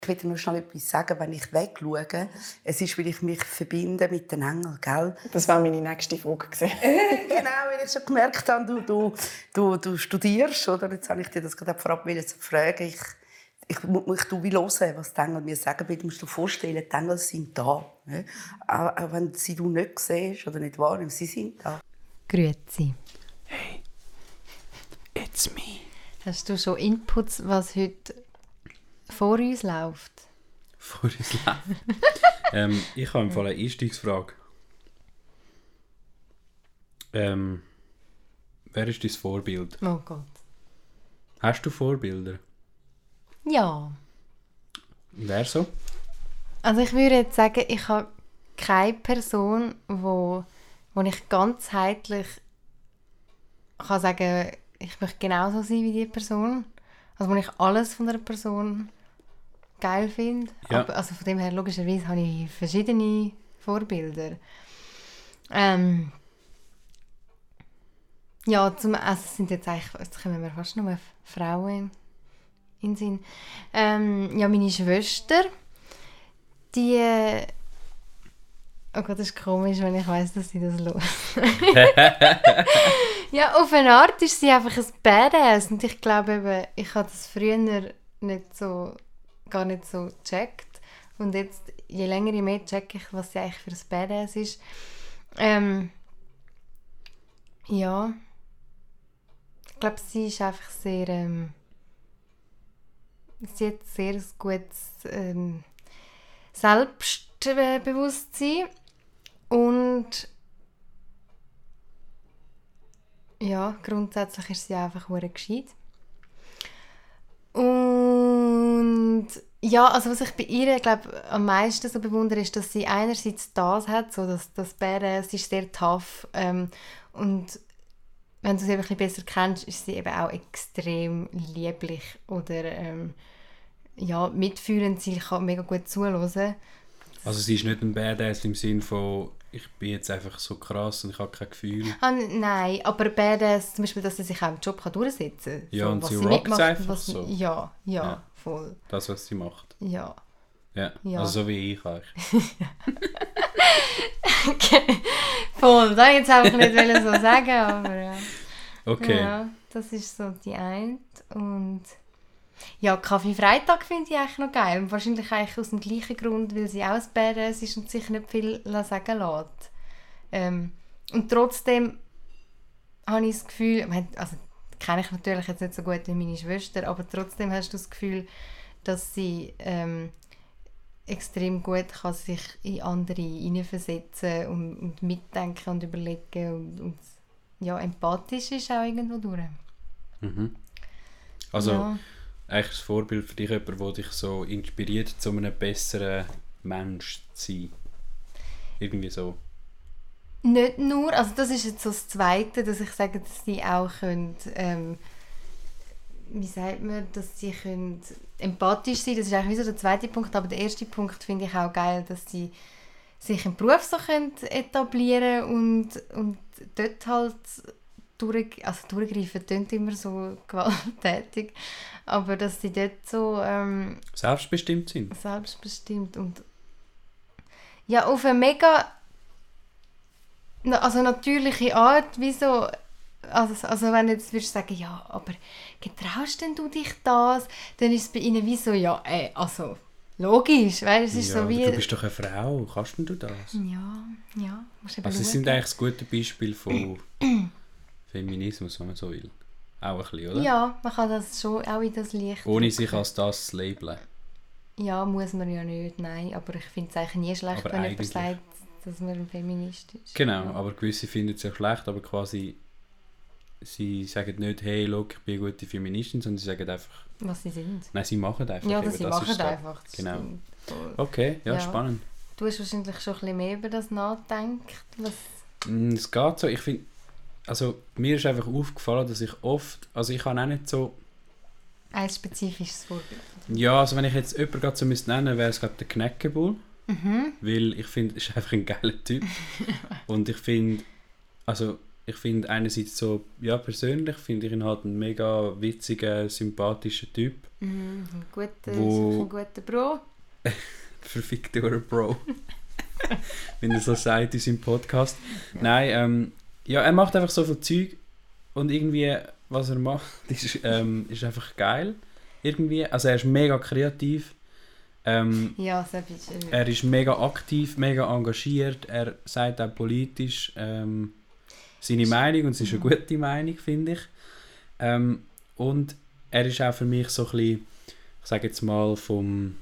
Ich will nur schnell etwas sagen, wenn ich wegschaue. Es ist, weil ich mich verbinde mit den Engeln, gell? Das war meine nächste Frage. Genau, weil ich schon gemerkt habe, du studierst, oder? Jetzt habe ich dir das gerade vorab fragen. Ich tue wie hören, was die Engel mir sagen. Du musst dir vorstellen, die Engel sind da. Ne? Auch wenn du nicht siehst oder nicht wahrnimmst, sie sind da. Grüezi. Hey, it's me. Hast du schon Inputs, was heute vor uns läuft? Vor uns läuft? Ich habe im Fall eine Einstiegsfrage. Wer ist dein Vorbild? Oh Gott. Hast du Vorbilder? Ja. Wer so? Also ich würde jetzt sagen, ich habe keine Person, wo ich ganzheitlich kann sagen, ich möchte genauso sein wie die Person. Also wo ich alles von einer Person geil finde. Ja. Also von dem her, logischerweise habe ich verschiedene Vorbilder. Ja, es sind jetzt eigentlich, jetzt kommen wir fast nur Frauen in den Sinn. Ja, meine Schwester, die... Oh Gott, das ist komisch, wenn ich weiss, dass sie das los. Ja, auf eine Art ist sie einfach ein Badass. Und ich glaube eben, ich habe das früher gar nicht so gecheckt. Und jetzt, je länger je mehr checke ich, was sie eigentlich für ein Badass ist. Ja. Ich glaube, sie ist einfach sehr... sie hat sehr ein gutes Selbstbewusstsein. Und ja, grundsätzlich ist sie einfach sehr gescheit. Und ja, also was ich bei ihr, glaube am meisten so bewundere, ist, dass sie einerseits das hat, so das Badass, sie ist sehr tough. Und wenn du sie ein bisschen besser kennst, ist sie eben auch extrem lieblich oder ja, mitfühlend. Sie kann mega gut zuhören. Also sie ist nicht ein Badass im Sinne von, ich bin jetzt einfach so krass und ich habe kein Gefühl. Nein, aber Badass, zum Beispiel, dass sie sich auch im Job durchsetzen kann. Ja, so, und was sie mitmacht, rockt einfach was so. Ja, voll. Das, was sie macht. Ja. Ja, Ja. also so wie ich eigentlich. Okay. Voll, das wollte ich jetzt einfach nicht so sagen, aber ja. Okay. Ja, das ist so die eine. Und ja, Kaffee-Freitag finde ich eigentlich noch geil. Und wahrscheinlich eigentlich aus dem gleichen Grund, weil sie auch ein Badass ist und sich nicht viel sagen lässt. Und trotzdem habe ich das Gefühl, also kenne ich natürlich jetzt nicht so gut wie meine Schwester, aber trotzdem hast du das Gefühl, dass sie extrem gut kann sich in andere hineinversetzen und mitdenken und überlegen und ja, empathisch ist auch irgendwo durch. Mhm. Also Ja. eigentlich das Vorbild für dich jemand, der dich so inspiriert, zu einem besseren Mensch zu sein. Irgendwie so. Nicht nur, also das ist jetzt so das Zweite, dass ich sage, dass sie auch können, wie sagt man, dass sie können empathisch sein. Das ist eigentlich wie so der zweite Punkt, aber der erste Punkt finde ich auch geil, dass sie sich im Beruf so können etablieren und dort halt durchgreifen, klingt immer so gewalttätig, aber dass sie dort so Selbstbestimmt sind. selbstbestimmt und ja, auf eine mega natürliche Art, wie so, also wenn jetzt würdest du sagen, ja, aber getraust denn du dich das, dann ist es bei ihnen wie so, ja, also logisch, weil es ist Ja, so wie... du bist doch eine Frau, kannst denn du das? Ja, musst eben Also sie schauen. sind eigentlich das gute Beispiel von Feminismus, wenn man so will. Auch ein bisschen, oder? Ja, man kann das schon auch in das Licht Ohne rücken. sich als das zu labeln. Ja, muss man ja nicht, nein, aber ich finde es eigentlich nie schlecht, Aber wenn eigentlich. jemand sagt, dass man ein Feminist ist. Genau, Ja. aber gewisse finden es ja schlecht, aber quasi sie sagen nicht, hey, look, ich bin eine gute Feministin, sondern sie sagen einfach, Was sie sind. nein, sie machen einfach. Ja, eben, dass sie das ist machen so. einfach. das Genau. stimmt. Voll. Okay, ja, Ja. spannend. Du hast wahrscheinlich schon ein bisschen mehr über das nachgedacht. Was... Es geht so, ich finde, also mir ist einfach aufgefallen, dass ich oft, also ich habe auch nicht so, Ein spezifisches Vorbild. ja, also wenn ich jetzt jemanden gerade so müsste nennen, wäre es glaube der Knäckebull, weil ich finde, er ist einfach ein geiler Typ und ich finde, also ich finde einerseits so, ja, persönlich finde ich ihn halt einen mega witzigen, sympathischen Typ. Ein Wo- guter Bro. Verfickter Bro. Wenn er so sagt in seinem Podcast. Nein, ja, er macht einfach so viel Zeug und irgendwie, was er macht, ist einfach geil. Irgendwie, also er ist mega kreativ. Ja, so bist du. Er ist mega aktiv, mega engagiert, er sagt auch politisch seine Meinung und es ist eine gute Meinung, finde ich. Und er ist auch für mich so ein bisschen, ich sage jetzt mal vom,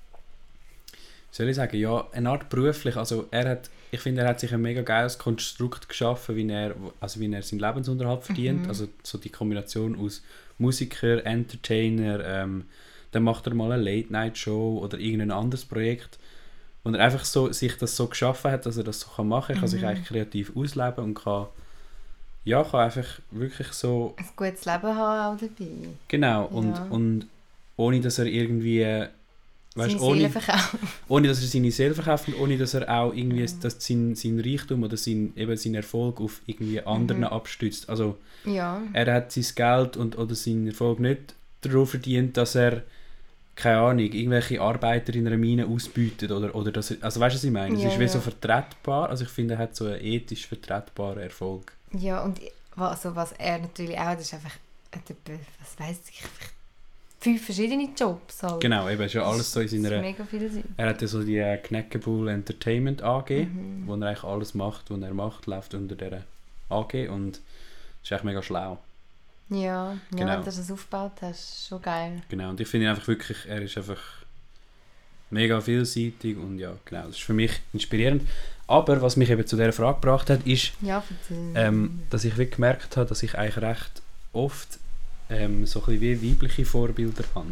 wie soll ich sagen, ja, eine Art beruflich, also ich finde, er hat sich ein mega geiles Konstrukt geschaffen, wie er seinen Lebensunterhalt verdient, also so die Kombination aus Musiker, Entertainer, dann macht er mal eine Late-Night-Show oder irgendein anderes Projekt, wo er einfach so, sich das so geschaffen hat, dass er das so machen kann. Er kann sich eigentlich kreativ ausleben und kann einfach wirklich so... Ein gutes Leben haben auch dabei. Genau, Ja. und ohne, dass er irgendwie... Weißt, Seine Seele verkauft. ohne, dass er seine Seele verkauft und ohne, dass er auch irgendwie dass sein Reichtum oder sein Erfolg auf irgendwie anderen abstützt. Also Ja. er hat sein Geld oder seinen Erfolg nicht darauf verdient, dass er, keine Ahnung, irgendwelche Arbeiter in einer Mine ausbeutet oder dass er, also weißt du, was ich meine? Es Ja, ist wie ja. so vertretbar, also ich finde, er hat so einen ethisch vertretbaren Erfolg. Ja, und also, was er natürlich auch, das ist einfach, was weiss ich, vielleicht 5 verschiedene Jobs halt. Genau, eben, ist ja alles so in Das ist seiner... mega viel Sinn. Er hat ja so die Knackebull Entertainment AG, wo er eigentlich alles macht, was er macht, läuft unter dieser AG und das ist echt mega schlau. Ja, Genau. wenn du das aufgebaut hast, ist schon geil. Genau, und ich finde ihn einfach wirklich, er ist einfach mega vielseitig und ja, genau, das ist für mich inspirierend. Aber was mich eben zu dieser Frage gebracht hat, ist, Ja, erzähl. dass ich wirklich gemerkt habe, dass ich eigentlich recht oft so ein bisschen wie weibliche Vorbilder habe.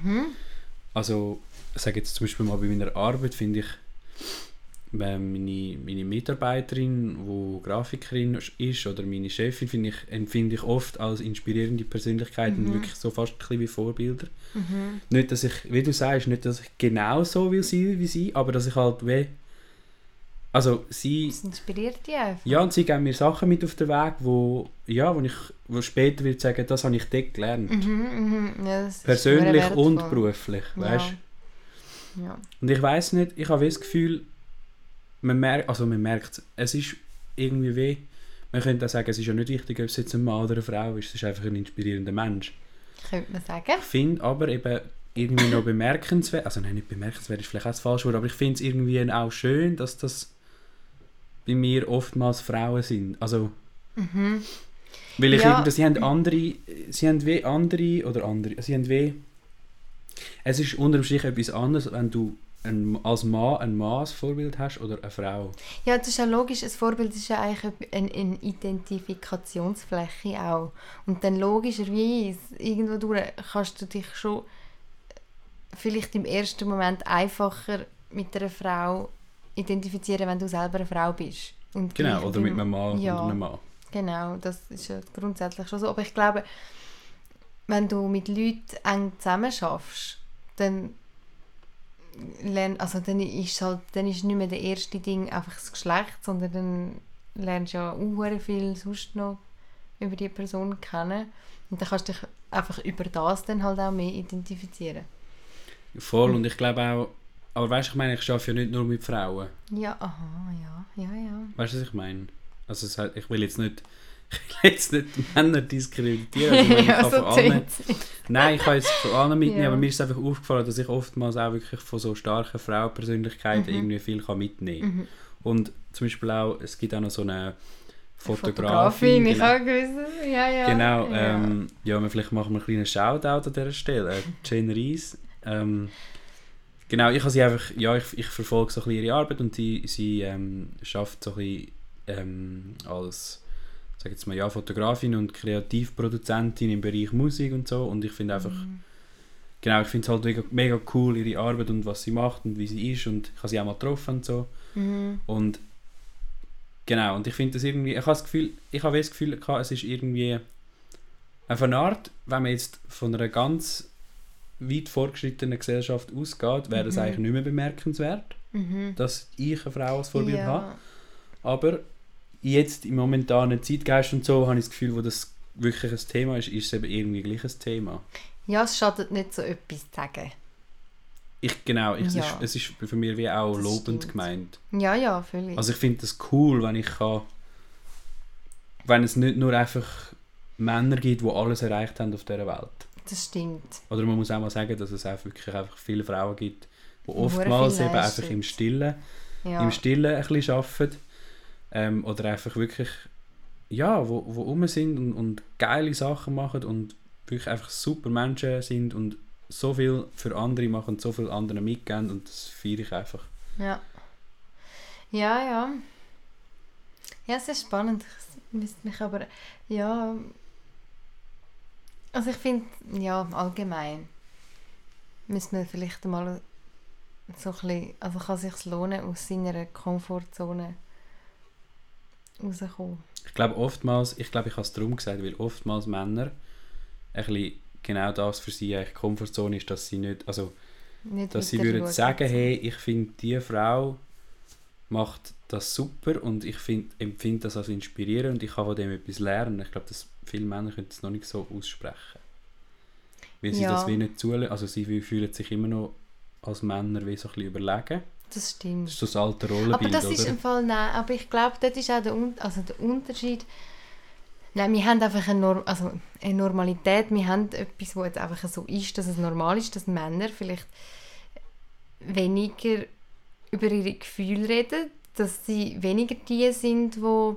Also, ich sage jetzt zum Beispiel mal bei meiner Arbeit, finde ich, meine Mitarbeiterin, die Grafikerin ist, oder meine Chefin, empfinde ich oft als inspirierende Persönlichkeiten, wirklich so fast ein bisschen wie Vorbilder. Nicht, dass ich, wie du sagst, nicht, dass ich genau so will sein wie sie, aber dass ich halt wie, also sie... Das inspiriert dich einfach. Ja, und sie geben mir Sachen mit auf den Weg, wo später wird sagen, das habe ich dort gelernt. Ja, das ist Persönlich sehr und wertvoll. beruflich, weißt? Ja. Und ich weiss nicht, ich habe das Gefühl, man merkt, es ist irgendwie weh. Man könnte auch sagen, es ist ja nicht wichtig, ob es jetzt ein Mann oder eine Frau ist, es ist einfach ein inspirierender Mensch. Könnte man sagen. Ich finde aber eben irgendwie noch bemerkenswert, also nein, nicht bemerkenswert ist vielleicht auch das falsche Wort, aber ich finde es irgendwie auch schön, dass das bei mir oftmals Frauen sind. Also, weil ich Ja. irgendwie, sie haben wie, es ist unterm Strich etwas anderes, wenn du als Mann ein Vorbild hast oder eine Frau. Ja, das ist ja logisch. Ein Vorbild ist ja eigentlich eine Identifikationsfläche auch. Und dann logischerweise, irgendwo durch kannst du dich schon vielleicht im ersten Moment einfacher mit einer Frau identifizieren, wenn du selber eine Frau bist. Und Genau, gleich oder mit einem Mann Ja. und einem Mann. Genau, das ist ja grundsätzlich schon so. Aber ich glaube, wenn du mit Leuten eng zusammen schaffst, dann ist nicht mehr das erste Ding einfach das Geschlecht, sondern dann lernst du ja auch viel sonst noch über die Person kennen. Und dann kannst du dich einfach über das dann halt auch mehr identifizieren. Voll, und ich glaube auch, aber weißt du, ich meine, ich arbeite ja nicht nur mit Frauen. Ja, aha, ja. Weißt du, was ich meine? Also ich will jetzt nicht Männer diskreditieren. Also ich kann von allen, nein, ich kann jetzt von allen mitnehmen, Ja. aber mir ist einfach aufgefallen, dass ich oftmals auch wirklich von so starken Frauenpersönlichkeiten irgendwie viel mitnehmen kann. Und zum Beispiel auch, es gibt auch noch so eine Fotografin. Ich habe gewusst, ja. Genau, ja. vielleicht machen wir einen kleinen Shoutout an dieser Stelle. Jane Rees. Genau, ich habe sie einfach, ich verfolge so ein bisschen ihre Arbeit und sie schafft so ein bisschen als, sag jetzt mal, Fotografin und Kreativproduzentin im Bereich Musik und so, und ich finde einfach, genau, ich finde es halt mega, mega cool, ihre Arbeit und was sie macht und wie sie ist, und ich habe sie auch mal getroffen und so. Und genau, und ich finde das irgendwie, ich habe das Gefühl gehabt, es ist irgendwie auf eine Art, wenn man jetzt von einer ganz weit fortgeschrittenen Gesellschaft ausgeht, wäre das eigentlich nicht mehr bemerkenswert, dass ich eine Frau als Vorbild habe. Aber jetzt im momentanen Zeitgeist und so, habe ich das Gefühl, wo das wirklich ein Thema ist es eben irgendwie gleich ein Thema. Ja, es schadet nicht, so etwas zu sagen. Es ist für mich wie auch Das lobend stimmt. gemeint. Ja, völlig. Also ich finde das cool, wenn es nicht nur einfach Männer gibt, die alles erreicht haben auf dieser Welt. Das stimmt. Oder man muss auch mal sagen, dass es auch wirklich einfach viele Frauen gibt, die Hure oftmals viel eben einfach leisten. im Stillen ein bisschen arbeiten. Oder einfach wirklich, ja, wo rum sind und geile Sachen machen und wirklich einfach super Menschen sind und so viel für andere machen und so viel anderen mitgeben und das feiere ich einfach. Ja. Ja, es ist spannend. Ich müsste mich aber... Ja... Also ich finde, ja, allgemein müsste man vielleicht mal so ein bisschen... Also kann es sich lohnen, aus seiner Komfortzone rauszukommen. Ich glaube, ich habe es darum gesagt, weil oftmals Männer ein bisschen genau das für sie eigentlich Komfortzone ist, dass sie nicht, also Nicht dass sie weiter würden schauen. sagen, hey, ich finde, die Frau macht das super und ich empfinde das als inspirierend und ich kann von dem etwas lernen. Ich glaube, dass viele Männer können das noch nicht so aussprechen. Weil sie Ja. das wie nicht zulassen. Also sie fühlen sich immer noch als Männer wie so ein bisschen überlegen. Das stimmt. Das ist so das alte Rollenbild, Aber das ist oder? im Fall, nein, aber ich glaube, das ist auch der Unterschied. Nein, wir haben einfach eine Normalität, wir haben etwas, wo jetzt einfach so ist, dass es normal ist, dass Männer vielleicht weniger über ihre Gefühle reden, dass sie weniger die sind, wo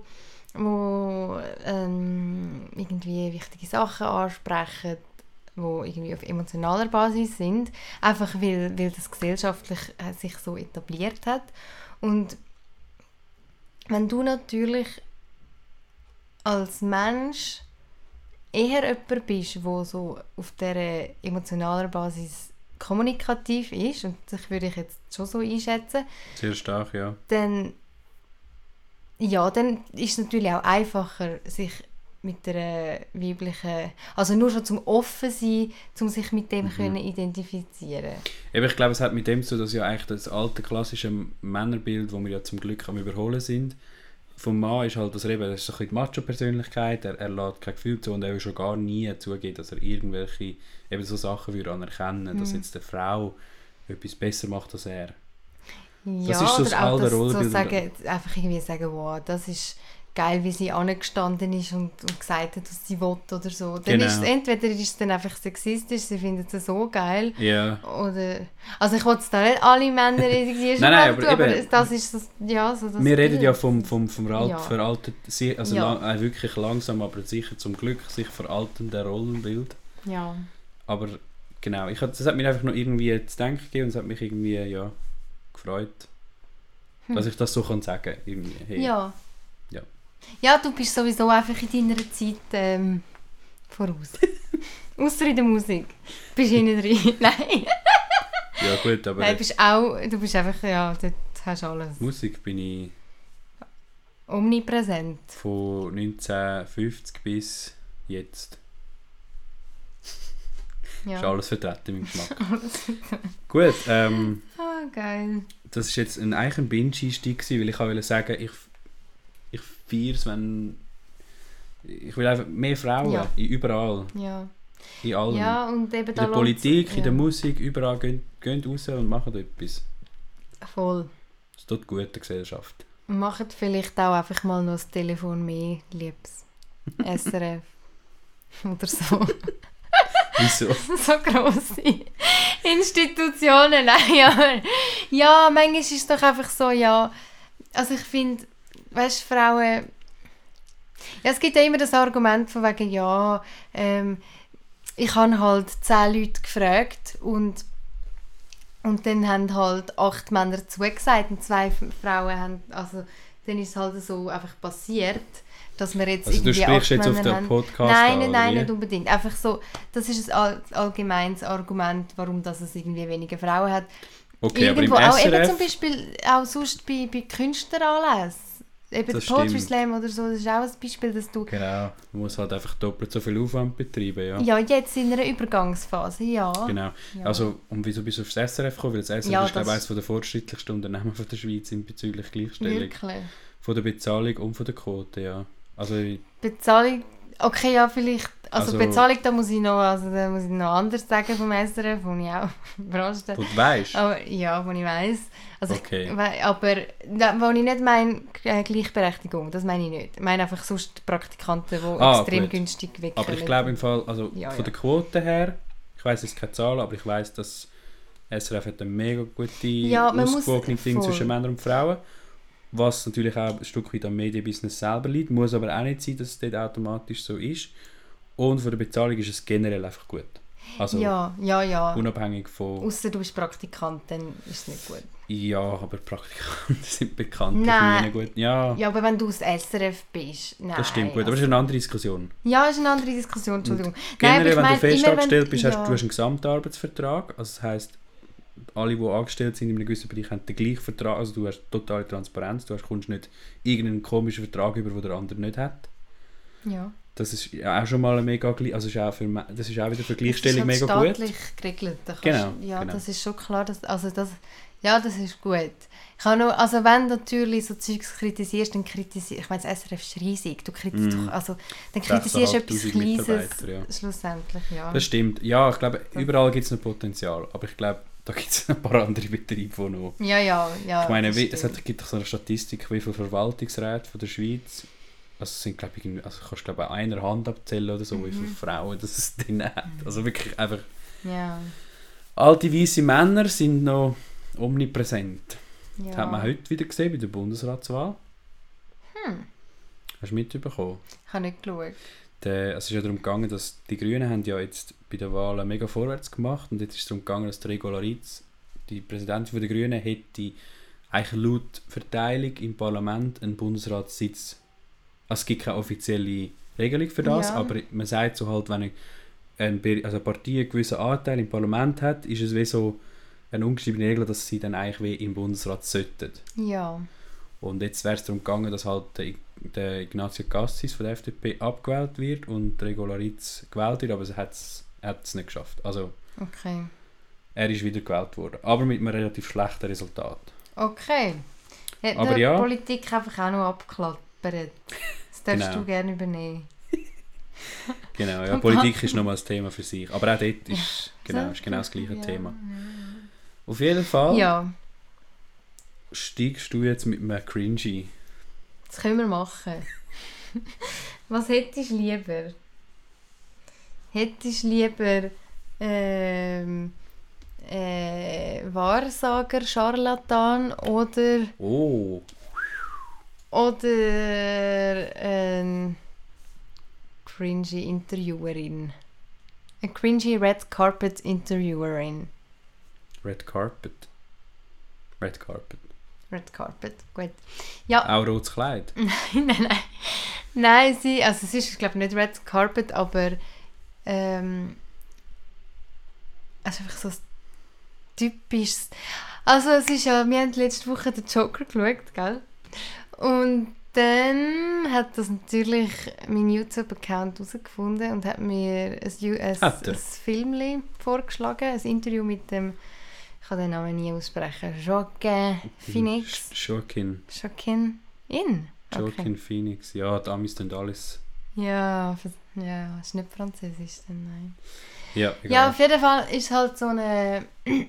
irgendwie wichtige Sachen ansprechen, wo irgendwie auf emotionaler Basis sind, einfach weil das gesellschaftlich sich so etabliert hat. Und wenn du natürlich als Mensch eher jemand bist, der so auf dieser emotionaler Basis kommunikativ ist, und das würde ich jetzt schon so einschätzen, Sehr stark, ja. dann ist es natürlich auch einfacher, sich mit einer weiblichen, also nur schon zum offen sein, um sich mit dem können identifizieren. Eben, ich glaube, es hat mit dem zu tun, dass ja eigentlich das alte klassische Männerbild, wo wir ja zum Glück am Überholen sind, vom Mann ist halt das eben, das ist so ein bisschen die Macho-Persönlichkeit, er lässt kein Gefühl zu und er will schon gar nie zugeben, dass er irgendwelche eben so Sachen würde anerkennen, dass jetzt eine Frau etwas besser macht als er. Ja, ist so das oder auch alte das so Rollenbild. sagen, einfach irgendwie sagen, wow, das ist geil, wie sie angestanden ist und gesagt hat, was sie will oder so. Dann Genau. ist es, entweder ist es dann einfach sexistisch, sie findet es so geil, Ja. oder, also ich will es da nicht alle Männer irgendwie schon Nein, tun, aber aber eben, das ist das, ja, so das Wir reden Bild. ja vom Ja. veraltet, also Ja. wirklich langsam, aber sicher zum Glück sich veraltenden Rollenbild. Ja. Aber genau, das hat mir einfach noch irgendwie zu denken gegeben und es hat mich irgendwie gefreut, dass ich das so kann sagen. Irgendwie. Hey. Ja. Ja. Ja, du bist sowieso einfach in deiner Zeit voraus. Ausser in der Musik. Bist hinten drin. Nein. Ja gut, aber Nein, du bist einfach, ja, dort hast du alles. Musik bin ich Omnipräsent. von 1950 bis jetzt. Ja. Ist alles vertreten im Geschmack. Gut, Ah, geil. das ist jetzt eigentlich ein Binge-Einstieg gewesen, weil ich wollte sagen, ich feiere es, wenn... Ich will einfach mehr Frauen, Ja. überall, Ja. in allem. Ja, und eben in da der Politik, lohnt's- in der Musik, überall gehen raus und machen etwas. Voll. Das tut gut der Gesellschaft. Macht vielleicht auch einfach mal noch das Telefon mehr, liebes. SRF. Oder so. Wieso? So grosse Institutionen. Nein, aber ja, manchmal ist es doch einfach so, ja. Also ich finde, weißt du, Frauen... Ja, es gibt ja immer das Argument von wegen, ja, ich habe halt 10 Leute gefragt und dann haben halt 8 Männer zugesagt und 2 Frauen haben, also dann ist es halt so einfach passiert, dass wir jetzt Also du irgendwie sprichst 8 jetzt auf Männer den haben. Podcast Nein, an, nein, oder wie? nicht unbedingt. Einfach so, das ist ein allgemeines Argument, warum dass es irgendwie weniger Frauen hat. Okay, aber im Irgendwo auch eben SRF... zum Beispiel auch sonst bei Künstleranlässen. Eben der Das Poetry stimmt. Slam oder so, das ist auch ein Beispiel, dass du... Genau, man muss halt einfach doppelt so viel Aufwand betreiben, ja. Ja, jetzt in einer Übergangsphase, ja. Genau. Ja. Also, und wieso bist du aufs SRF gekommen? Weil das SRF Ja, ist, glaube ich, das- eines der fortschrittlichsten Unternehmen von der Schweiz in bezüglich Gleichstellung. Wirklich. Von der Bezahlung und von der Quote, ja. Also, Bezahlung, okay, ja, vielleicht. Also Bezahlung, da muss ich noch anders sagen vom SRF, wo ich auch überrascht bin. wo du weißt. Aber, ja, wo ich weiss. Also Okay. aber wo ich nicht meine Gleichberechtigung, das meine ich nicht. Ich meine einfach sonst Praktikanten, die extrem gut. günstig wickeln. Aber ich glaube im Fall, also Ja, von ja. der Quote her, ich weiss jetzt keine Zahl, aber ich weiss, dass SRF hat eine mega gute, Ja, man muss- ausgewogene Ding voll. zwischen Männern und Frauen. Was natürlich auch ein Stück weit am Medienbusiness selber liegt. Muss aber auch nicht sein, dass es dort automatisch so ist. Und von der Bezahlung ist es generell einfach gut. Also ja. unabhängig von... Ausser du bist Praktikant, dann ist es nicht gut. Ja, aber Praktikanten sind bekannt Nein. für gut. Ja, Ja, aber wenn du aus SRF bist, nein. das stimmt gut. Aber das also, ist eine andere Diskussion. ja, ist eine andere Diskussion, Entschuldigung. Generell, aber wenn du fest immer angestellt bist, ja. du hast einen Gesamtarbeitsvertrag. Also das heisst, alle, die angestellt sind in einem gewissen Bereich, haben den gleichen Vertrag. Also du hast totale Transparenz. Du kommst nicht irgendeinen komischen Vertrag über, den der andere nicht hat. Ja. Das ist ja auch schon mal eine mega... Also ist auch das ist auch wieder für Gleichstellung das ist mega halt gut. staatlich geregelt. Da kannst- Genau, Ja, genau. das ist schon klar. Das ist gut. Ich habe noch, also wenn du natürlich so Zeugs kritisierst, dann kritisierst... Ich meine, das SRF ist riesig. Du kritisierst also, dann kritisierst du etwas 6'500 Kleines, Mitarbeiter, ja. schlussendlich, ja. Das stimmt. Ja, ich glaube, überall gibt es noch Potenzial. Aber ich glaube, da gibt es ein paar andere Betriebe, die noch... Ja. Ich meine, das stimmt. gibt doch so eine Statistik, wie viele Verwaltungsräte von der Schweiz... Also es sind, glaube ich, kannst glaube ich, an einer Hand abzählen oder so, wie viele Frauen das es drin hat. Also wirklich einfach... Ja. Alte weisse Männer sind noch omnipräsent. Ja. Das hat man heute wieder gesehen bei der Bundesratswahl. Hast du mitbekommen? Ich habe nicht geschaut. Es ist ja darum gegangen, dass die Grünen haben ja jetzt bei der Wahl mega vorwärts gemacht und jetzt ist es darum gegangen, dass die Rego Loritz, die Präsidentin der Grünen, hätte eigentlich laut Verteilung im Parlament einen Bundesratssitz. Also es gibt keine offizielle Regelung für das, Ja. aber man sagt so halt, wenn eine Partei einen gewissen Anteil im Parlament hat, ist es wie so eine ungeschriebene Regel, dass sie dann eigentlich wie im Bundesrat sollten. Ja. Und jetzt wäre es darum gegangen, dass halt der Ignazio Cassis von der FDP abgewählt wird und Rego Loritz gewählt wird, aber er hat es nicht geschafft. Also Okay. er ist wieder gewählt worden, aber mit einem relativ schlechten Resultat. Okay. Hat Aber die ja. Politik einfach auch noch abgeklappert. Das darfst Genau. du gerne übernehmen. Genau, ja, Politik ist nochmal ein Thema für sich. Aber auch dort ist genau das gleiche Ja. Thema. Auf jeden Fall Ja, steigst du jetzt mit einem Cringy. das können wir machen. Was hättest du lieber? Hättest du lieber Wahrsager, Scharlatan oder Oh, cringy Interviewerin? Eine cringy Red Carpet Interviewerin. Red Carpet. Red Carpet. Red Carpet, gut. Ja, Auch rotes Kleid. nein. Nein, es ist, glaube ich, nicht Red Carpet, aber es ist einfach so ein typisches... Also es ist ja, wir haben letzte Woche den Joker geschaut, gell? Und dann hat das natürlich mein YouTube-Account herausgefunden und hat mir ein Filmchen vorgeschlagen, ein Interview mit dem, ich kann den Namen nie aussprechen, Joaquin Phoenix. Joaquin Okay. Phoenix. Ja, die Amis sind alles... Ja, ist nicht französisch, dann nein. Ja, egal. Ja, auf jeden Fall ist halt so eine...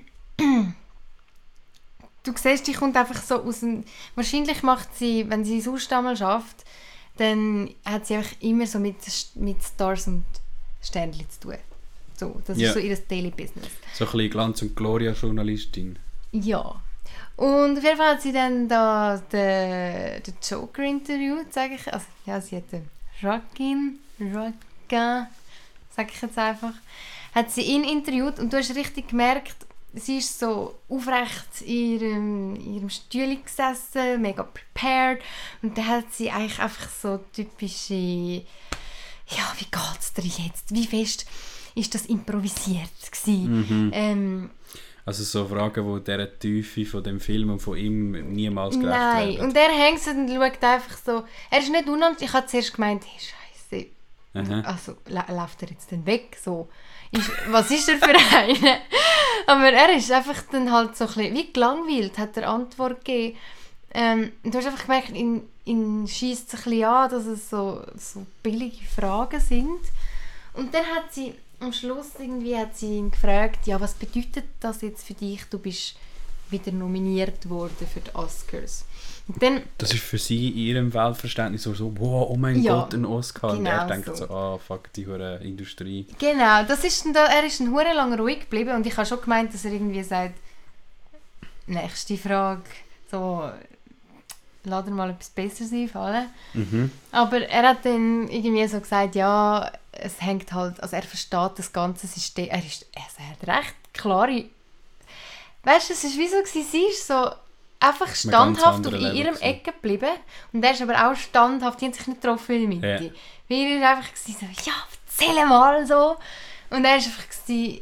Du siehst, die kommt einfach so aus dem... Wahrscheinlich macht sie, wenn sie sonst einmal schafft, dann hat sie einfach immer so mit Stars und Sternchen zu tun. So, das Ja. ist so ihr Daily Business. So ein bisschen Glanz- und Gloria-Journalistin. Ja. Und auf jeden Fall hat sie dann da den Joker interviewt, sage ich. Also, ja, sie hat den Joaquin, sage ich jetzt einfach. Hat sie ihn interviewt und du hast richtig gemerkt, sie ist so aufrecht in ihrem Stühle gesessen, mega prepared. Und dann hat sie eigentlich einfach so typische, ja, wie geht es dir jetzt? Wie fest ist das improvisiert gewesen? Also so Fragen, die dieser Tiefe von dem Film und von ihm niemals gerecht Nein, werden. und er hängt und schaut einfach so. Er ist nicht unangenehm. Ich habe zuerst gemeint, hey, Scheiße. Aha. Also, läuft er jetzt dann weg? So. Was ist er für einer? Aber er ist einfach dann halt so ein bisschen, wie gelangweilt, hat er Antwort gegeben. Du hast einfach gemerkt, ihn schiesst es ein bisschen an, dass es so billige Fragen sind. Und dann hat sie am Schluss hat sie ihn gefragt, ja, was bedeutet das jetzt für dich? Du bist wieder nominiert worden für die Oscars. Und dann, das ist für sie in ihrem Weltverständnis so wow, oh mein Gott, ein Oscar. Genau, und er denkt so. Fuck, die hure Industrie. Genau, er ist ein hure lang ruhig geblieben und ich habe schon gemeint, dass er irgendwie sagt, nächste Frage, so, lass dir mal etwas Besseres einfallen. Aber er hat dann irgendwie so gesagt, ja, es hängt halt, also er versteht das ganze System, er hat recht klare, weißt du, es war wie so, sie ist so einfach standhaft in ihrem Ecke geblieben und er ist aber auch standhaft, die haben sich nicht getroffen in der Mitte. Ja. Weil er war einfach so, ja, erzähl mal so. Und er war einfach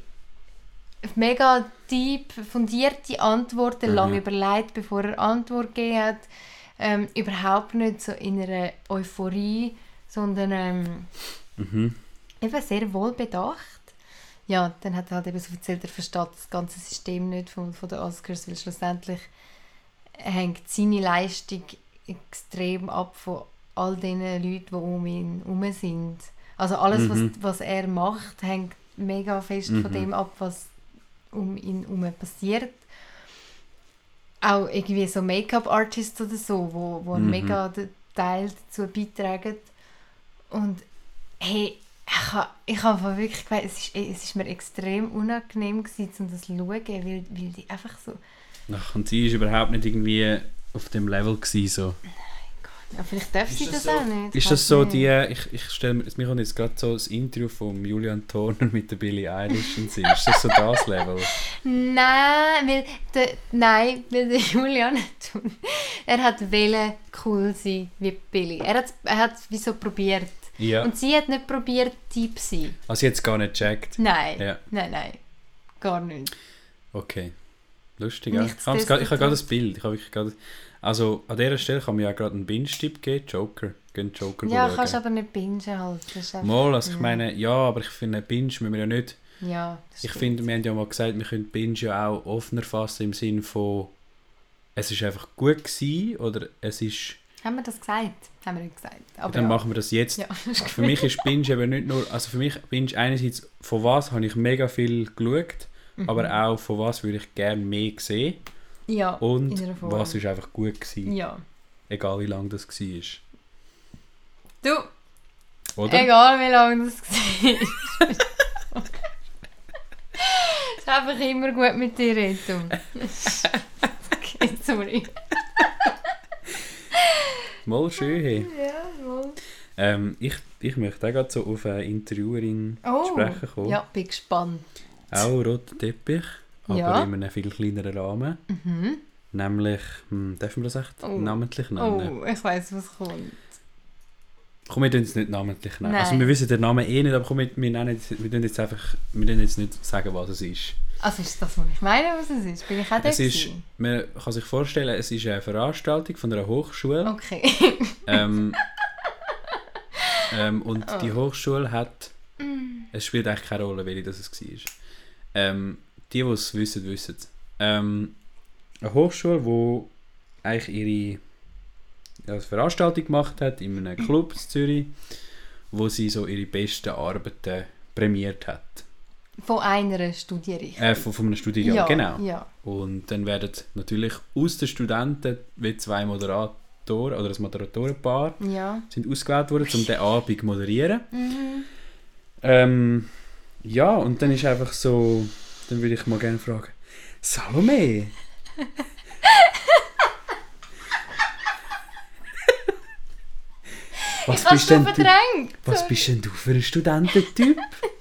mega deep, fundierte Antworten, lange überlegt, bevor er Antwort gegeben hat. Überhaupt nicht so in einer Euphorie, sondern eben sehr wohl bedacht. Ja, dann hat er halt eben so erzählt, er versteht das ganze System nicht von den Oscars, weil schlussendlich hängt seine Leistung extrem ab von all den Leuten, die um ihn herum sind. Also alles, was er macht, hängt mega fest von dem ab, was um ihn herum passiert. Auch irgendwie so Make-up-Artists oder so, wo einen mega Teil dazu beitragen. Und hey, ich habe wirklich gemeint, es ist mir extrem unangenehm gewesen, um das zu schauen, weil die einfach so... Ach, und sie war überhaupt nicht irgendwie auf dem Level gewesen, so. Nein, Gott. Ja, vielleicht darf sie das auch nicht. Ist das so nicht. Ich stelle mir kommt jetzt gerade so das Interview von Julian Turner mit der Billie Eilish und sie. Ist das so das Level? Nein, weil der Julian er hat cool sein wie Billie. Er hat wie so probiert. Ja. Und sie hat nicht probiert, Typ zu sein. Also sie hat es gar nicht gecheckt? Nein, ja. nein, gar nicht. Okay, lustig. Ja. Ich habe gerade das Bild. Also an dieser Stelle kann mir ja gerade einen Binge-Tipp geben. Joker. Joker ja, schauen. kannst aber nicht bingen halt. Mal, also ich meine, ja, aber ich finde, Binge müssen wir ja nicht... Ja, ich finde, wir haben ja mal gesagt, wir können Binge ja auch offener fassen im Sinne von es ist einfach gut gewesen oder es ist... Haben wir das gesagt? Haben wir nicht gesagt. Aber dann machen wir das jetzt. Ja. Für mich ist Binge eben nicht nur... Also für mich Binge einerseits, von was habe ich mega viel geschaut, aber auch von was würde ich gerne mehr sehen. Ja, und was ist einfach gut gewesen. Ja. Egal wie lange das war. Du! Oder? Egal wie lange das war. Es ist einfach immer gut mit dir, Reto. Okay, sorry. Mal schön. Hey. Ja, mal. Ich möchte auch gerade so auf eine Interviewerin sprechen kommen. Ja, bin gespannt. Auch roter Teppich, aber in einem viel kleineren Rahmen. Nämlich, darf man das echt namentlich nennen? Oh, ich weiss, was kommt. Komm, wir es nicht namentlich nennen. Nein. Also wir wissen den Namen eh nicht, aber komm, wir tun jetzt nicht sagen, was es ist. Also ist das, was ich meine, was es ist? Bin ich auch es ist, man kann sich vorstellen, es ist eine Veranstaltung von einer Hochschule. Okay. Und die Hochschule hat... Es spielt eigentlich keine Rolle, welche das es war. Die es wissen, wissen es. Eine Hochschule, die eigentlich ihre Veranstaltung gemacht hat in einem Club in Zürich, wo sie so ihre besten Arbeiten prämiert hat. Von einer Studienrichtung? Von einer Studienrichtung, ja, genau. Ja. Und dann werden natürlich aus den Studenten wie zwei Moderatoren oder ein Moderatorenpaar sind ausgewählt worden, um diesen Abend zu moderieren. Ja, und dann ist einfach so, dann würde ich mal gerne fragen, Salome! Was bist denn du für ein Studententyp?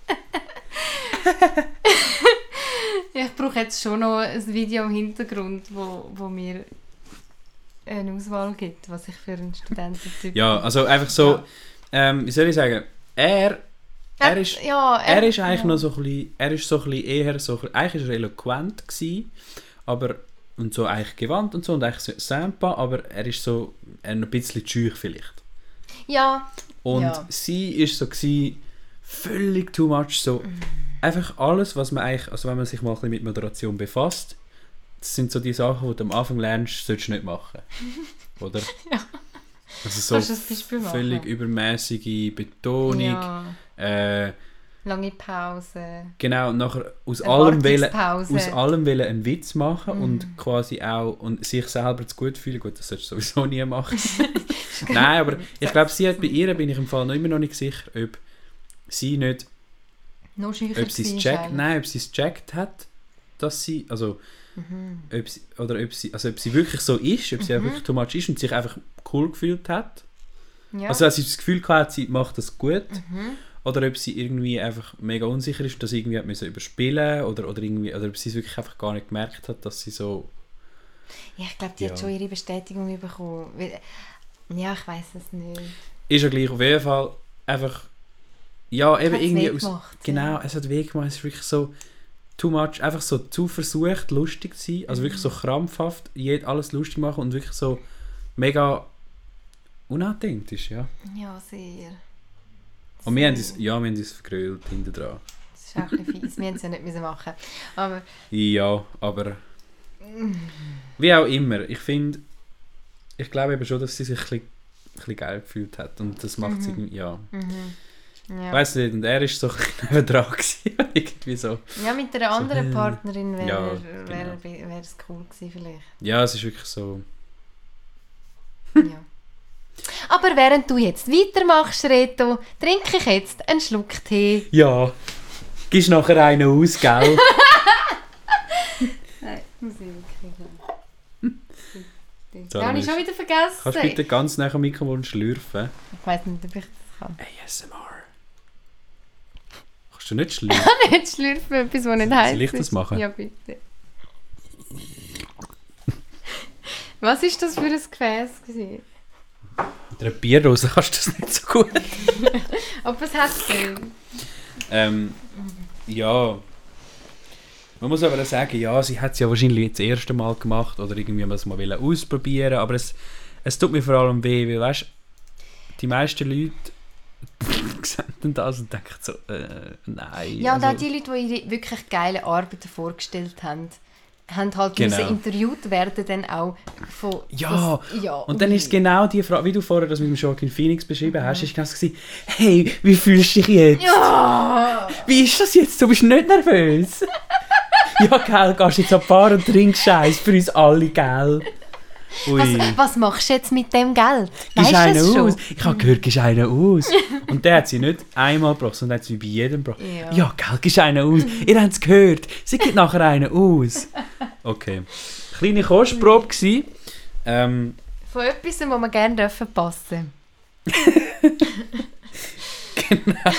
Ich brauche jetzt schon noch ein Video im Hintergrund, wo mir eine Auswahl gibt, was ich für ein Studententyp bin. Ja, also einfach so, wie soll ich sagen, er ist eigentlich noch so ein bisschen, er ist so ein bisschen eher so, eigentlich ist er eloquent gewesen, aber und so eigentlich gewandt und so und eigentlich sympa, aber er ist so ein bisschen schüch vielleicht. Ja. Und sie ist so gewesen, völlig too much, so einfach alles, was man eigentlich, also wenn man sich mal ein bisschen mit Moderation befasst, das sind so die Sachen, die du am Anfang lernst, solltest du nicht machen. Oder? Ja. Also Kannst du so ein Beispiel machen? völlig übermäßige Betonung. Ja. Lange Pause. Genau, und nachher aus allem Erwartungspause. wollen einen Witz machen und quasi auch und sich selber zu gut fühlen. Gut, das solltest du sowieso nie machen. Nein, aber ich glaube, bei ihr bin ich im Fall immer noch nicht sicher, ob sie nicht, Noch schücher ob sie es checkt, nein, ob sie es checkt hat, dass sie, also ob sie wirklich so ist, ob sie auch wirklich too much ist und sich einfach cool gefühlt hat. Ja. Also dass sie das Gefühl hatte, sie macht das gut. Oder ob sie irgendwie einfach mega unsicher ist, dass sie irgendwie hat müssen überspielen oder irgendwie, oder ob sie es wirklich einfach gar nicht gemerkt hat, dass sie so... Ja, ich glaube, die hat schon ihre Bestätigung bekommen. Ja, ich weiß es nicht. Ist ja gleich auf jeden Fall einfach... Ja, eben irgendwie... Genau, es hat weh gemacht. Es ist wirklich so too much, einfach so zu versucht, lustig zu sein. Also wirklich so krampfhaft alles lustig machen und wirklich so mega unauthentisch, ja. Ja, sehr. Und wir haben uns vergrölt hinten dran. Das ist auch ein bisschen fies. Wir haben es ja nicht müssen machen. Aber ja, aber wie auch immer, ich glaube eben schon, dass sie sich ein bisschen geil gefühlt hat und das macht sie irgendwie, ja. Ja. Weiss nicht, und er war so ein bisschen dran gewesen, irgendwie so. Ja, mit einer anderen Partnerin wäre Ja, es cool gewesen vielleicht. Ja, es ist wirklich so. Ja. Aber während du jetzt weitermachst, Reto, trinke ich jetzt einen Schluck Tee. Ja, gibst nachher einen aus, gell? Nein, muss ich wirklich So, ja, habe ich schon wieder vergessen. Kannst du bitte ganz nach dem Mikrofon schlürfen? Ich weiss nicht, ob ich das kann. ASMR. Kannst du nicht schlürfen? Nicht schlürfen, etwas, was nicht heisst. Soll ich das machen? Ja, bitte. Was war das für ein Gefäß gewesen? Mit einer Bierdose kannst du das nicht so gut. Aber was hat es denn? Ja. Man muss aber sagen, ja, sie hat es ja wahrscheinlich das erste Mal gemacht oder irgendwie mal ausprobieren, aber es tut mir vor allem weh, weil weißt, die meisten Leute sehen das und denken so, nein. Ja, und auch die Leute, die ihre wirklich geile Arbeiten vorgestellt haben halt müssen interviewt werden dann auch von... Ja, und dann ist es genau die Frage, wie du vorher das mit dem Joaquin Phoenix beschrieben hast, ist genau so, hey, wie fühlst du dich jetzt? Ja! Wie ist das jetzt? Du bist nicht nervös? Ja, gell, gehst jetzt an die Bar und trinkst Scheiß für uns alle, gell? Was machst du jetzt mit dem Geld? Gibst Weißt einen du das schon? aus? Ich habe gehört, gibst einen aus. Und der hat sie nicht einmal gebracht, sondern hat sie bei jedem gebracht. Ja, gell, gibst einen aus. Ihr habt es gehört. Sie gibt nachher einen aus. Okay. Kleine Kostprobe gsi. Von etwas, wo wir gerne passen dürfen. Genau.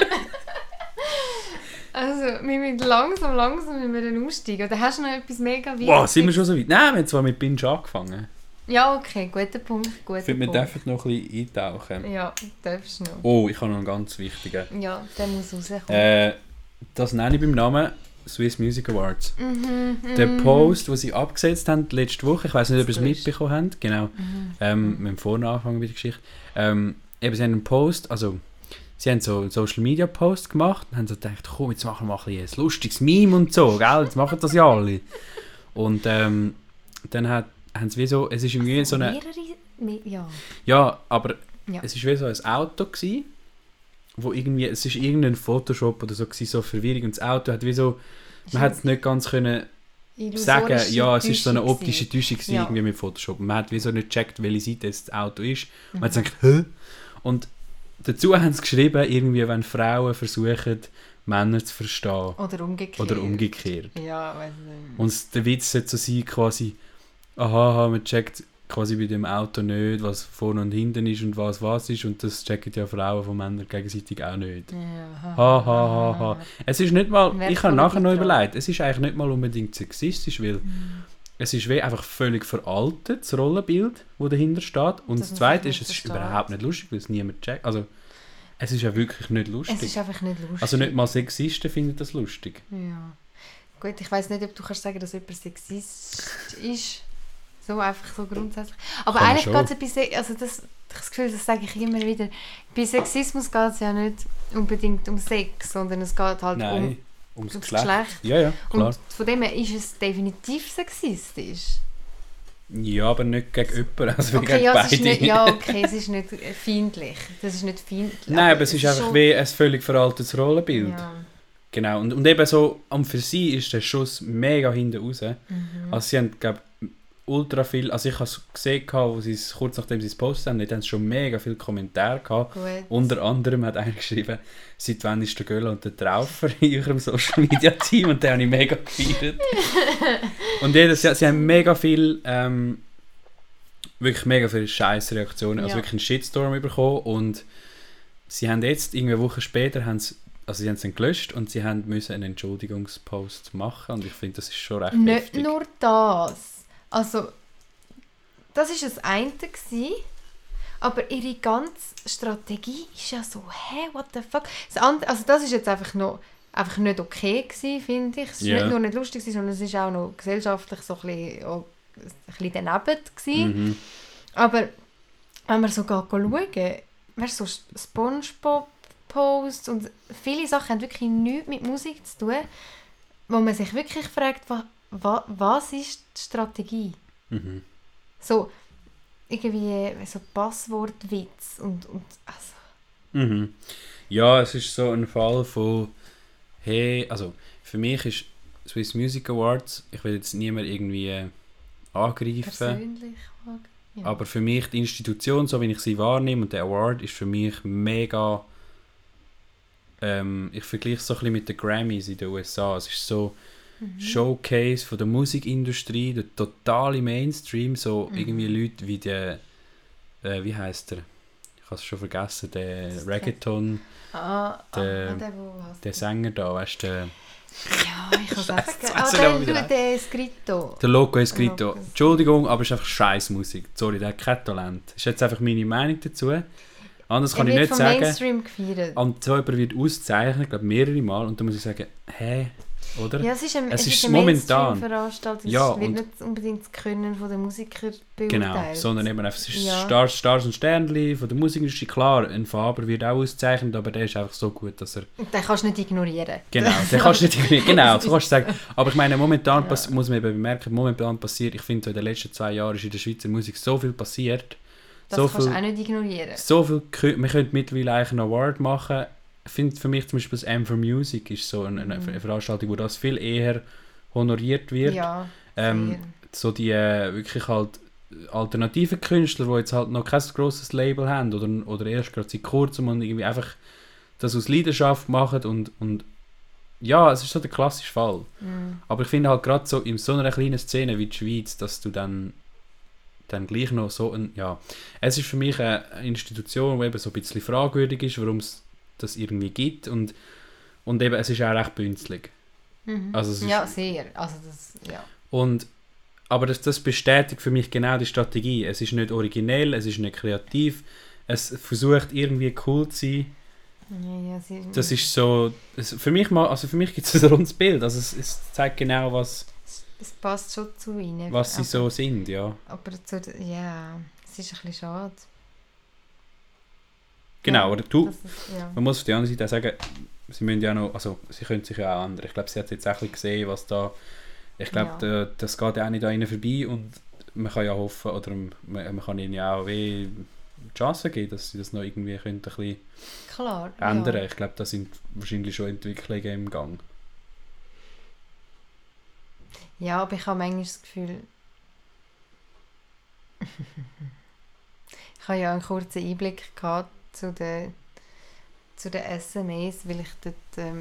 Also, wir müssen langsam müssen aussteigen. Oder hast du noch etwas mega Wichtiges? Wow, sind wir schon so weit? Nein, wir haben zwar mit Binge angefangen. Ja, okay, guter Punkt. Ich finde, wir dürfen noch ein bisschen eintauchen. Ja, darfst du noch. Oh, ich habe noch einen ganz wichtigen. Ja, der muss rauskommen. Das nenne ich beim Namen Swiss Music Awards. Der Post, den sie abgesetzt haben letzte Woche, ich weiß nicht, ob ihr es mitbekommen habt, genau, wir haben vorne angefangen mit der Geschichte, sie haben einen Post, also sie haben so einen Social Media Post gemacht und haben so gedacht, komm, jetzt machen wir mal ein lustiges Meme und so, gell? Jetzt machen das ja alle. Und dann haben sie wie so, es ist irgendwie so eine... Ja, aber es ist wie so ein Auto gewesen, wo irgendwie, es ist irgendein Photoshop oder so gewesen, so Verwirrung und das Auto hat wie so, man hat es nicht ganz können sagen, ja, es ist so eine optische Täuschung irgendwie mit Photoshop. Man hat wie so nicht gecheckt, welche Seite das Auto ist. Man hat gedacht, hä? Und dazu haben sie geschrieben, irgendwie, wenn Frauen versuchen, Männer zu verstehen. Oder umgekehrt. Ja, weiß nicht. Und der Witz sollte so sein, quasi, aha, man checkt quasi bei dem Auto nicht, was vorne und hinten ist und was ist. Und das checken ja Frauen von Männern gegenseitig auch nicht. Ja, ha. Es ist nicht mal, ich habe nachher noch überlegt, es ist eigentlich nicht mal unbedingt sexistisch, weil es ist wie einfach völlig veraltet, das Rollenbild, das dahinter steht. Und das Zweite ist, es ist überhaupt nicht lustig, weil es niemand checkt. Also, es ist ja wirklich nicht lustig. Es ist einfach nicht lustig. Also nicht mal Sexisten finden das lustig. Ja. Gut, ich weiss nicht, ob du kannst sagen, dass jemand Sexist ist. So einfach so grundsätzlich. Aber Kann eigentlich geht es bei also das Gefühl, das sage ich immer wieder, bei Sexismus geht es ja nicht unbedingt um Sex, sondern es geht halt ums ums Geschlecht. Geschlecht. Ja, klar. Und von dem her ist es definitiv sexistisch. Ja, aber nicht gegen jemanden, also Okay, gegen ja, beide. es ist nicht feindlich. Das ist nicht feindlich. Nein, aber es ist einfach schon... wie ein völlig veraltetes Rollenbild. Ja. Genau, und eben so, für sie ist der Schuss mega hinten raus. Also sie haben, glaube ultra viel, also ich habe es gesehen, wo sie es, kurz nachdem sie es postet haben, haben sie schon mega viele Kommentare gehabt. Gut. Unter anderem hat einer geschrieben, seit wann ist der Göller und der Traufer in eurem Social Media Team, und den habe ich mega gefeiert. Und sie haben mega viel, wirklich mega viele Scheißreaktionen, also wirklich einen Shitstorm bekommen, und sie haben jetzt, irgendwie eine Woche später, sie haben es dann gelöscht und sie müssen einen Entschuldigungspost machen, und ich finde, das ist schon recht Nicht heftig. nur das. Also, das war das eine gewesen, aber ihre ganze Strategie ist ja so, what the fuck? Also das ist jetzt einfach nicht okay gewesen, finde ich. Es war nicht nur nicht lustig, sondern es war auch noch gesellschaftlich so ein bisschen daneben gewesen. Aber wenn man so schauen, weißt du, so SpongeBob-Posts und viele Sachen haben wirklich nichts mit Musik zu tun, wo man sich wirklich fragt, was ist die Strategie? So irgendwie so Passwortwitz und also. Ja, es ist so ein Fall von also für mich ist Swiss Music Awards, ich will jetzt niemand irgendwie angreifen, Persönlich. Ja. aber für mich die Institution, so wie ich sie wahrnehme, und der Award ist für mich mega, ich vergleiche es so ein bisschen mit den Grammys in den USA. Es ist so Showcase von der Musikindustrie, der totale Mainstream, so irgendwie Leute wie der, wie heisst der? Ich habe es schon vergessen, der Reggaeton, der Sänger da, weißt du? Ja, ich kann es einfach weiss ich nicht, der Escrito. Der Loco Escrito. Entschuldigung, aber es ist einfach Scheissmusik. Sorry, der hat kein Talent. Das ist jetzt einfach meine Meinung dazu. Anders kann ich nicht sagen. Mainstream gefeiert. Und so jemand wird ausgezeichnet, ich glaube mehrere Mal, und dann muss ich sagen, oder? Ja, es ist eine momentan Mainstream-Veranstaltung. Ja, es wird nicht unbedingt das Können der Musiker beurteilt. Genau, sondern eben einfach, es ist Stars und Sternli von der Musikindustrie. Klar, ein Faber wird auch ausgezeichnet, aber der ist einfach so gut, dass er... Den kannst du nicht ignorieren. Genau, den kannst du nicht ignorieren. Genau, so kannst du sagen. Aber ich meine, momentan muss man eben bemerken, momentan passiert, ich finde, in den letzten 2 Jahren ist in der Schweizer Musik so viel passiert. Das so kannst viel, du auch nicht ignorieren. So viel, man könnte mittlerweile eigentlich einen Award machen. Ich finde für mich zum Beispiel das M for Music ist so eine Veranstaltung, wo das viel eher honoriert wird. Ja, so die wirklich halt alternativen Künstler, die jetzt halt noch kein grosses Label haben oder erst gerade seit kurzem und irgendwie einfach das aus Leidenschaft machen und ja, es ist so der klassische Fall. Aber ich finde halt gerade so in so einer kleinen Szene wie die Schweiz, dass du dann gleich noch so es ist für mich eine Institution, die eben so ein bisschen fragwürdig ist, warum es das irgendwie gibt und eben, es ist auch recht bünzlig. Also es ist, sehr. Also das, ja. Aber das bestätigt für mich genau die Strategie. Es ist nicht originell, es ist nicht kreativ, es versucht irgendwie cool zu sein. Das ist so, für mich gibt es ein rundes Bild. Also es zeigt genau, was... Es passt schon zu ihnen. Was sie so sind, ja. Aber es ist ein bisschen schade. Genau, oder man muss auf der anderen Seite auch sagen, sie müssen ja noch, also sie können sich ja auch ändern. Ich glaube, sie hat jetzt auch ein bisschen gesehen, was da, ich glaube, das geht ja auch nicht an ihnen vorbei und man kann ja hoffen, oder man kann ihnen ja auch die Chance geben, dass sie das noch irgendwie können, ein bisschen ändern. Ja. Ich glaube, da sind wahrscheinlich schon Entwicklungen im Gang. Ja, aber ich habe manchmal das Gefühl, ich habe ja einen kurzen Einblick gehabt zu den SMEs, weil ich dort,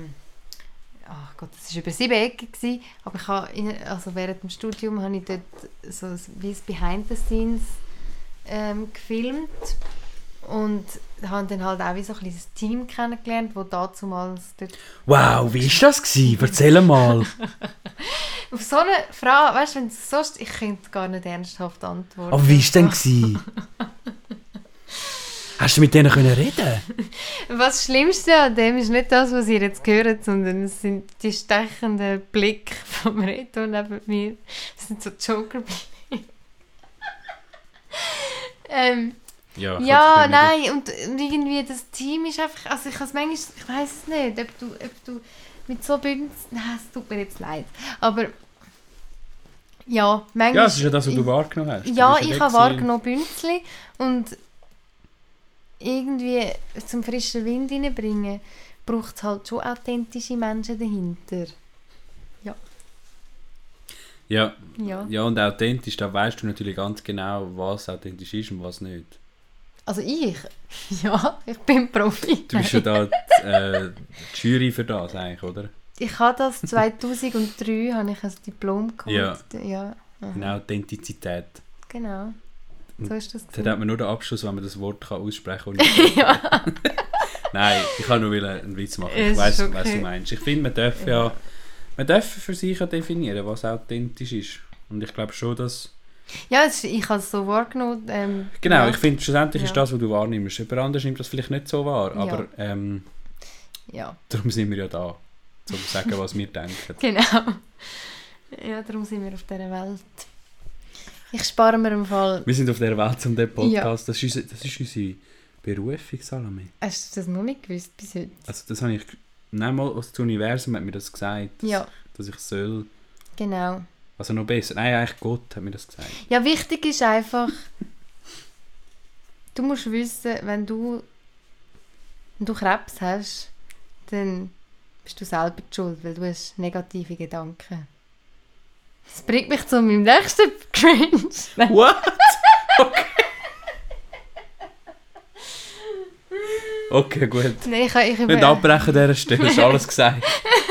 das war über 7 Ecken gewesen, aber ich habe, während dem Studium habe ich dort so wie das Behind the Scenes gefilmt und habe dann halt auch wie so ein kleines Team kennengelernt, das dazumals dort... Wow, wie war das gewesen? Erzähl mal! Auf so eine Frage, weißt du, wenn es sonst, ich könnte gar nicht ernsthaft antworten. Aber wie war es denn gewesen? Hast du mit denen reden? Was Schlimmste an dem ist nicht das, was ihr jetzt hört, sondern es sind die stechenden Blicke vom Reto neben mir. Das sind so Joker-Blicke. Nein, und irgendwie das Team ist einfach, also ich weiss es nicht, ob du mit so Bünzeln, es tut mir jetzt leid, aber ja, manchmal... Ja, das ist ja das, was du wahrgenommen hast. Ja, ich habe wahrgenommen Bünzli und irgendwie zum frischen Wind reinbringen, braucht es halt schon authentische Menschen dahinter. Ja. Ja. Ja, und authentisch, da weißt du natürlich ganz genau, was authentisch ist und was nicht. Also ich bin Profi. Du bist ja da die Jury für das eigentlich, oder? Ich habe das 2003 habe ich ein Diplom geholt. Ja. Ja. In Authentizität. Genau. So ist das. Dann hat man nur den Abschluss, wenn man das Wort kann aussprechen kann. Ja. Nein, ich kann nur einen Witz machen. Es Ich weiss, ist okay. was du meinst. Ich finde, man darf für sich ja definieren, was authentisch ist. Und ich glaube schon, dass... Ja, ich habe es so wahrgenommen. Genau, ja. ich finde, schlussendlich ist Ja. das, was du wahrnimmst. Jemand anderes nimmt das vielleicht nicht so wahr, Ja. aber Ja, darum sind wir ja da, um zu sagen, was wir denken. genau. Ja, darum sind wir auf dieser Welt. Ich spare mir im Fall... Wir sind auf der Welt um den Podcast. Das ist unsere Berufung, Salome. Hast du das noch nicht gewusst bis heute? Also das habe ich... Nein, mal aus dem Universum hat mir das gesagt, Ja, dass ich soll... genau. Also noch besser. Nein, eigentlich Gott hat mir das gesagt. Ja, wichtig ist einfach, du musst wissen, wenn du Krebs hast, dann bist du selber die schuld, weil du hast negative Gedanken. Das bringt mich zu meinem nächsten Cringe. What? Okay. Okay, gut. Nein, ich Nicht abbrechen an dieser Stelle, ist alles gesagt.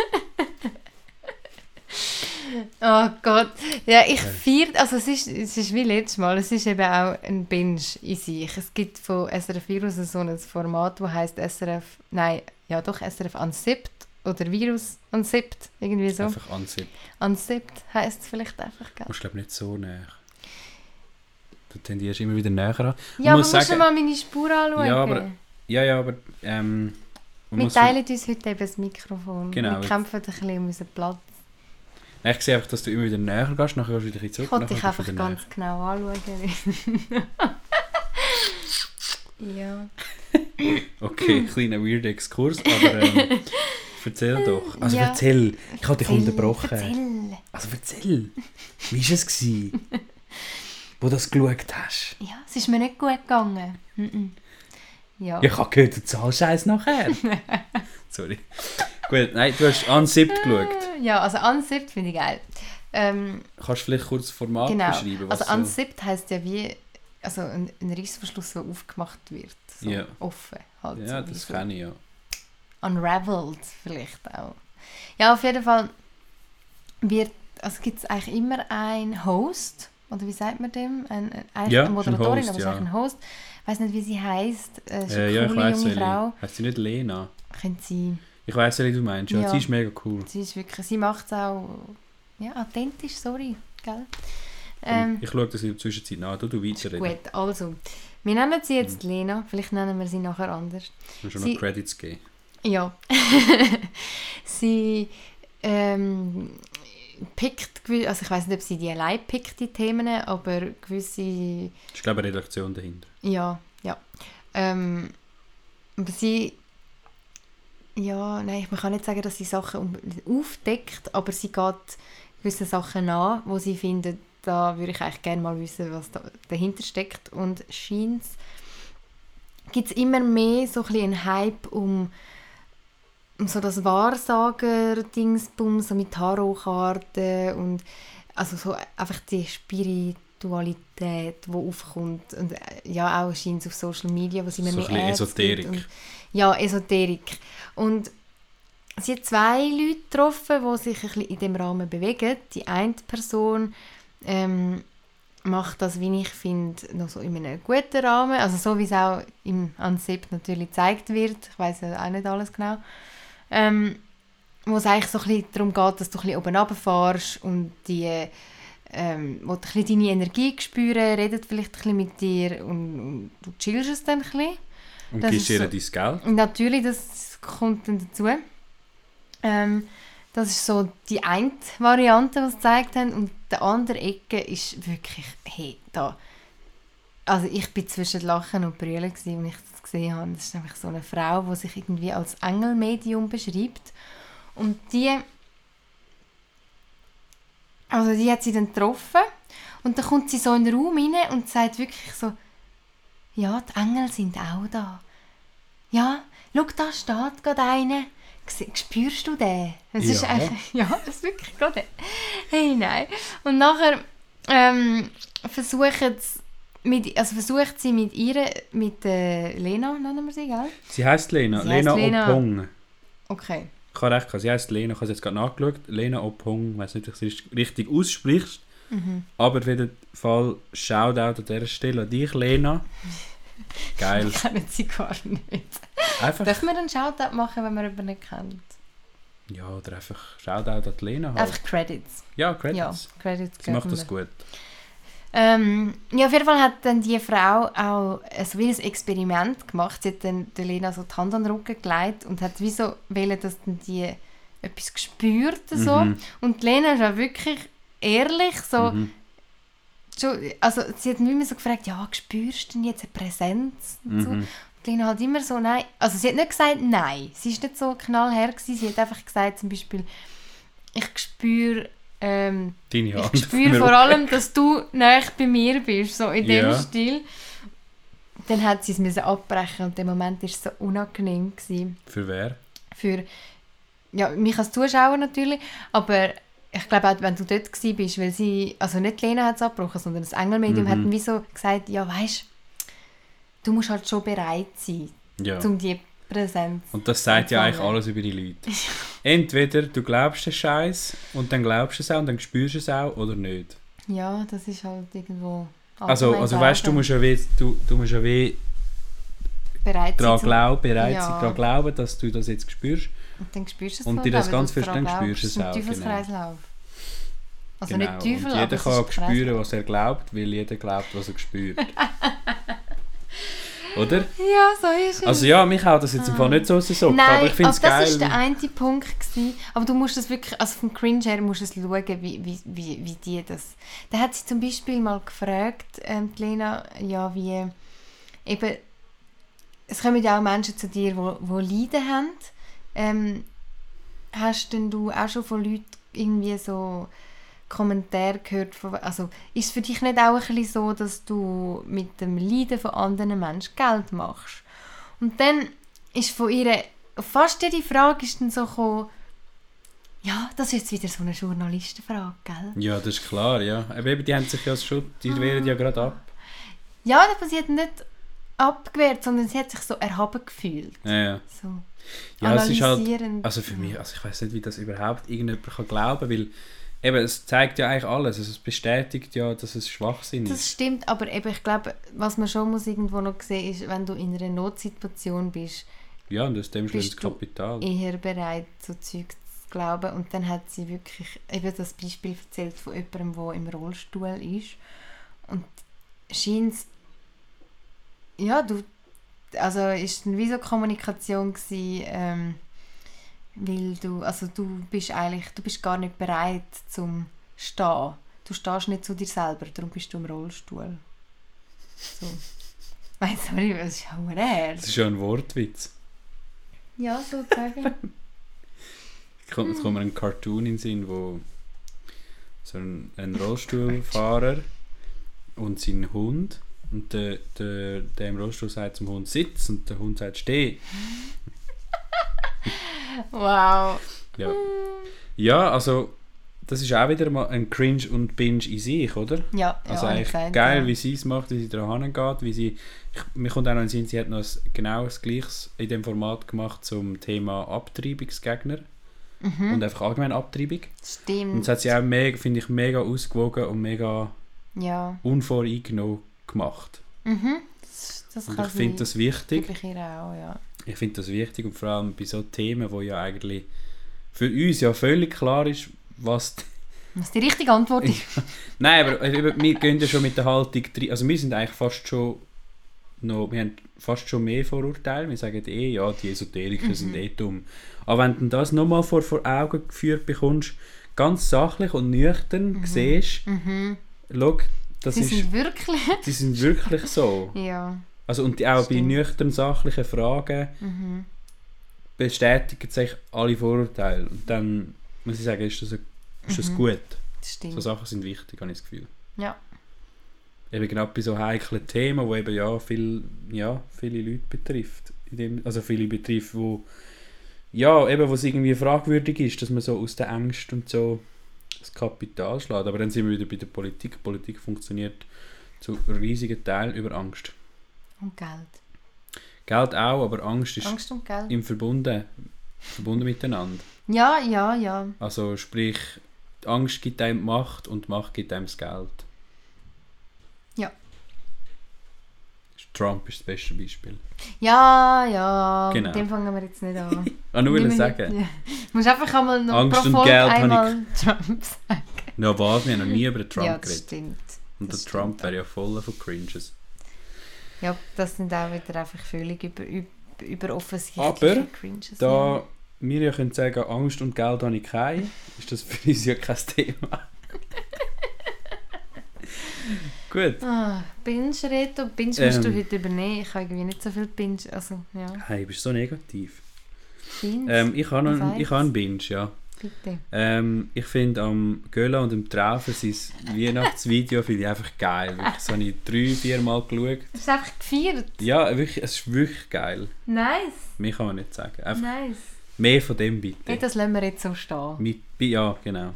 Oh Gott. Ja, ich feiere, also es ist wie letztes Mal, es ist eben auch ein Binge in sich. Es gibt von SRF Virus so ein Format, das heisst SRF Unzipped oder Virus Unzipped, irgendwie so. Einfach anziehen. Unzipped heisst es vielleicht einfach, gell? Du musst, glaube nicht so näher. Du tendierst immer wieder näher an. Ja, aber muss musst du sagen- mal meine Spur anschauen? Ja, aber... man Wir muss- teilen uns heute eben das Mikrofon. Genau. Wir kämpfen ein bisschen um unseren Platz. Nein, ich sehe einfach, dass du immer wieder näher gehst, nachher gehst du wieder ein bisschen Ich zurück. wollte dich nachher gehst einfach du wieder ganz genau anschauen. Ja. näher. Okay, kleiner weird Exkurs, aber erzähl doch. Also Ja. erzähl, ich habe dich unterbrochen. Erzähl. Also erzähl, wie war es, gewesen, wo du das geschaut hast? Ja, es ist mir nicht gut gegangen. Mhm. Ja. Ich habe gehört, du zahlst eins nachher. Sorry. Gut, nein, du hast Unzipped geschaut. Ja, also Unzipped finde ich geil. Kannst du vielleicht kurz das Format Genau. beschreiben? Also so- Unzipped heisst ja wie also ein Reissverschluss, der aufgemacht wird. So Ja. offen. Halt Ja, so, wie das so. kenne ich ja. Unraveled vielleicht auch. Ja, auf jeden Fall gibt es eigentlich immer einen Host, oder wie sagt man dem? Eigentlich Ja, eine ist ein Moderatorin, Host, aber es ist ja. eigentlich ein Host. Ich weiß nicht, wie sie heisst. Ist eine Ja, ich coole weiss, junge Frau. Heißt sie nicht Lena? Könnte sie. Ich weiss, wie du meinst. Ja, Ja. sie ist mega cool. Sie ist wirklich, sie macht es auch authentisch, sorry, gell? Ich schaue das in der Zwischenzeit nach. Du weiterreden. Gut, also, wir nennen sie jetzt Lena, vielleicht nennen wir sie nachher anders. Ich muss schon Sie- noch Credits geben. Ja. Sie pickt, also ich weiß nicht, ob sie die allein pickt, die Themen, aber gewisse, Ich glaube, eine Redaktion dahinter. ja. Aber sie, man kann nicht sagen, dass sie Sachen aufdeckt, aber sie geht gewisse Sachen an, wo sie findet, da würde ich eigentlich gerne mal wissen, was da dahinter steckt. Und scheint gibt es immer mehr so ein bisschen einen Hype um so das Wahrsager-Dingsbum, so mit Tarotkarten und also so einfach die Spiritualität, die aufkommt und ja auch scheint auf Social Media, wo sie immer So mehr ein bisschen Ads Esoterik. gibt und, ja, Esoterik. Und sie hat zwei Leute getroffen, die sich ein bisschen in diesem Rahmen bewegen. Die eine Person macht das, wie ich finde, noch so in einem guten Rahmen, also so wie es auch im Unzipped natürlich gezeigt wird. Ich weiss ja auch nicht alles genau. Wo es eigentlich so ein bisschen darum geht, dass du ein bisschen oben runterfährst und wo du ein bisschen deine Energie spüren, redet vielleicht ein bisschen mit dir und du chillst es dann ein bisschen. Und Das gibst ist ihr so- dein Geld? Natürlich, das kommt dann dazu. Das ist so die eine Variante, die sie gezeigt haben. Und die andere Ecke ist wirklich, hey, da. Also ich bin zwischen Lachen und Brüllen gewesen, als ich das gesehen habe. Das ist nämlich so eine Frau, die sich irgendwie als Engelmedium beschreibt Und die hat sie dann getroffen. Und dann kommt sie so in den Raum rein und sagt wirklich so, ja, die Engel sind auch da. Ja, schau, da steht gerade einer. Spürst du den? Das ist eigentlich, ja, das ist wirklich gerade. Hey, nein. Und nachher versucht sie mit ihr, mit Lena, nennen wir sie, gell? Sie heisst Lena. Lena Opong. Okay. Ich habe recht, sie heisst Lena. Ich habe es jetzt gerade nachgeschaut. Lena Opong. Ich weiß nicht, ob du es richtig aussprichst. Aber auf jeden Fall Shoutout an dieser Stelle an dich, Lena. Geil. Ich kenne sie gar nicht. Einfach, Dürfen wir einen Shoutout machen, wenn man jemanden nicht kennt? ja, oder einfach Shoutout an die Lena. Halt. Einfach Credits. Ja, Credits. Ja, Credits Sie macht geben das wir. gut. Ja, auf jeden Fall hat dann die Frau auch so wie ein Experiment gemacht. Sie hat dann der Lena so die Hand an den Rücken gelegt und hat wie so wollen, dass dann die etwas gespürt so. Und die Lena ist auch wirklich ehrlich so. Also sie hat mich immer so gefragt, ja, spürst du denn jetzt eine Präsenz und so? Und Lena halt immer so, nein. Also sie hat nicht gesagt nein. Sie ist nicht so knallhart gewesen. Sie hat einfach gesagt zum Beispiel, ich spüre Deine Hand. ich spüre vor allem, dass du nahe bei mir bist, so in dem Stil. Dann hat sie es abbrechen und der Moment war so unangenehm gewesen. Für wer? Für ja, mich als Zuschauer natürlich, aber ich glaube auch, wenn du dort gewesen bist, weil sie, also nicht Lena hat es abgebrochen, sondern das Engelmedium hat wie so gesagt, ja weisst, du musst halt schon bereit sein, um die Präsenz. Und das sagt ja eigentlich alles über die Leute. Entweder du glaubst den Scheiß und dann glaubst du es auch und dann spürst du es auch oder nicht. Ja, das ist halt irgendwo. Also weißt du, musst ja weh bereit daran glauben, dass du das jetzt spürst. Und dann spürst du es und dir das ganz fest, dann spürst du es auch. Teufelskreislauf. Also genau. nicht Teufel, und jeder aber kann spüren, was er glaubt, weil jeder glaubt, was er spürt. Oder? Ja, so ist es. Also ja, mich haut das jetzt im Fall nicht so aus der Socke, aber ich finde es geil. Das war der eine Punkt gewesen. Aber du musst das wirklich, also vom Cringe her musst du es schauen, wie die das... Da hat sie zum Beispiel mal gefragt, die Lena, ja wie... Eben, es kommen ja auch Menschen zu dir, die Leiden haben. Hast denn du auch schon von Leuten irgendwie so Kommentare gehört? Also ist es für dich nicht auch ein bisschen so, dass du mit dem Leiden von anderen Menschen Geld machst? Und dann ist von ihr fast jede Frage ist dann so gekommen, ja, das ist jetzt wieder so eine Journalistenfrage, gell? Ja, das ist klar, ja. Aber eben, die haben sich ja schon, die wehren ja gerade ab. Ja, aber sie hat nicht abgewehrt, sondern sie hat sich so erhaben gefühlt. Ja. So ja, es ist halt, also für mich, also ich weiß nicht, wie das überhaupt irgendjemand kann glauben, weil eben, es zeigt ja eigentlich alles, also es bestätigt ja, dass es Schwachsinn ist. Das stimmt, aber eben, ich glaube, was man schon muss irgendwo noch sehen, ist, wenn du in einer Notsituation bist, ja, und aus dem schlägt das Kapital. Eher bereit, so Zeug zu glauben. Und dann hat sie wirklich eben das Beispiel erzählt von jemandem, der im Rollstuhl ist. Und scheint ja, also ist dann wie so Kommunikation gewesen, weil du bist gar nicht bereit zum Stehen. Du stehst nicht zu dir selber, darum bist du im Rollstuhl. So. Sorry, was ist auch das ist ja ein Wortwitz. Ja, sozusagen. Jetzt kommt mir ein Cartoon in den Sinn, wo so ein Rollstuhlfahrer und sein Hund und der im Rollstuhl sagt zum Hund Sitz und der Hund sagt Steh. Wow. Ja, also das ist auch wieder mal ein Cringe und Binge in sich, oder? Ja, also eigentlich gesagt, geil, ja. wie sie es macht, wie sie daran geht, wie sie... Mir kommt auch noch in den Sinn, sie hat noch genau das Gleiches in dem Format gemacht zum Thema Abtreibungsgegner und einfach allgemein Abtreibung. Stimmt. Und das hat sie auch, finde ich, mega ausgewogen und mega unvoreingenommen gemacht. Das und ich finde das wichtig. Ich ihr auch, ja. Ich finde das wichtig und vor allem bei so Themen, wo ja eigentlich für uns ja völlig klar ist, was die richtige Antwort ist. Nein, aber wir gehen ja schon mit der Haltung rein. Also wir sind eigentlich fast schon wir haben fast schon mehr Vorurteile. Wir sagen ja, die Esoteriker sind dumm. Aber wenn du das nochmal vor Augen geführt bekommst, ganz sachlich und nüchtern siehst, schau, Sie sind wirklich so. Ja. Also, und auch bei nüchtern sachlichen Fragen bestätigen sich alle Vorurteile. Und dann muss ich sagen, ist das gut. Das stimmt. So Sachen sind wichtig, habe ich das Gefühl. Ja. Eben genau bei so heiklen Themen, die eben viele Leute betrifft. Also viele betrifft, wo es irgendwie fragwürdig ist, dass man so aus der Angst und so das Kapital schlägt. Aber dann sind wir wieder bei der Politik. Die Politik funktioniert zu riesigen Teilen über Angst. Und Geld. Geld auch, aber Angst ist Angst und Geld. verbunden miteinander. Ja. Also sprich, die Angst gibt einem Macht und die Macht gibt einem das Geld. Ja. Trump ist das beste Beispiel. Ja. Genau. Mit dem fangen wir jetzt nicht an. Nur sagen. Ja. Du musst einfach einmal noch Angst pro und Folge Geld einmal Trump sagen. Ja, was? Wir haben noch nie über den Trump Ja, das geredet. stimmt. Und der Trump wäre ja voll von Cringes. Ja, das sind auch wieder einfach völlig über offensichtliche Aber Cringes. da wir ja können sagen, Angst und Geld habe ich keine, ist das für uns ja kein Thema. Gut. Binge, Reto. Binge musst du heute übernehmen. Ich habe irgendwie nicht so viel Binge. Also, ja. Hey, bist du so negativ? Binge? Ich habe einen Binge, ja. Bitte. Ich finde am Gölla und dem Traufen sein Weihnachtsvideo finde ich einfach geil. Wirklich, das habe ich 3-4 Mal geschaut. Das ist einfach gefeiert. Ja, wirklich, es ist wirklich geil. Nice. Mehr kann man nicht sagen. Einfach Nice. mehr von dem bitte. Hey, das lassen wir jetzt so stehen. Ja, genau.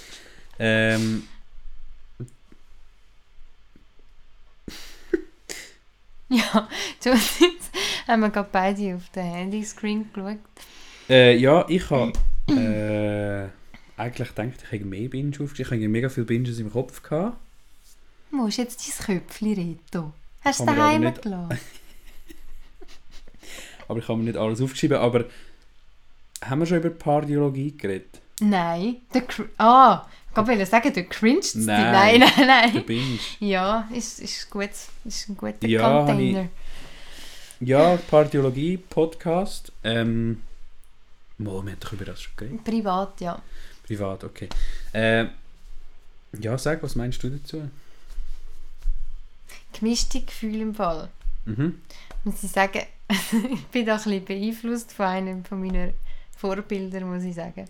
Ja, jetzt haben wir gerade beide auf den Handyscreen geschaut. Ja, ich habe eigentlich gedacht, ich hätte mehr Binge aufgeschrieben. Ich hatte mega viele Binges im Kopf gehabt. Wo ist jetzt dein Köpfchen, Reto? Hast du Kann man daheim aber nicht- gelassen? Aber ich habe mir nicht alles aufgeschrieben. Aber haben wir schon über Pardiologie geredet? Nein. Ich wollte sagen, du cringest. Nein. Der Nein. Binge. Ja, ist gut. Ist ein guter Ja, Container. Ja, Pardiologie-Podcast. Wir haben doch über das schon geredet. Privat, ja. Privat, okay. Ja, sag, was meinst du dazu? Gemischte Gefühle im Fall. Muss ich sagen, ich bin da ein bisschen beeinflusst von einem von meinen Vorbildern, muss ich sagen.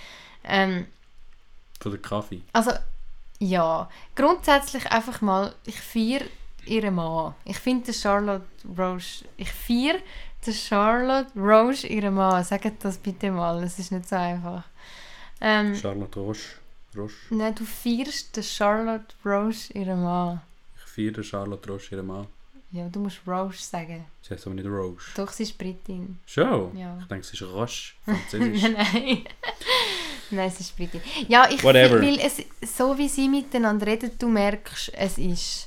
Von der Kaffee. Also, ja. Grundsätzlich einfach mal, ich feiere ihren Mann. Ich finde Charlotte Roche, ihren Mann. Sagt das bitte mal, es ist nicht so einfach. Charlotte Roche. Nein, du feierst den Charlotte Roche ihren Mann. Ich feiere Charlotte Roche, ihren Mann. Ja, du musst Roche sagen. Sie heißt aber nicht Roche. Doch, sie ist Britin. Schon? Ja. Ich denke, sie ist Roche, französisch. Nein. Nein, es ist Britin. Ja, ich Whatever. weil es, so wie sie miteinander reden, du merkst, es ist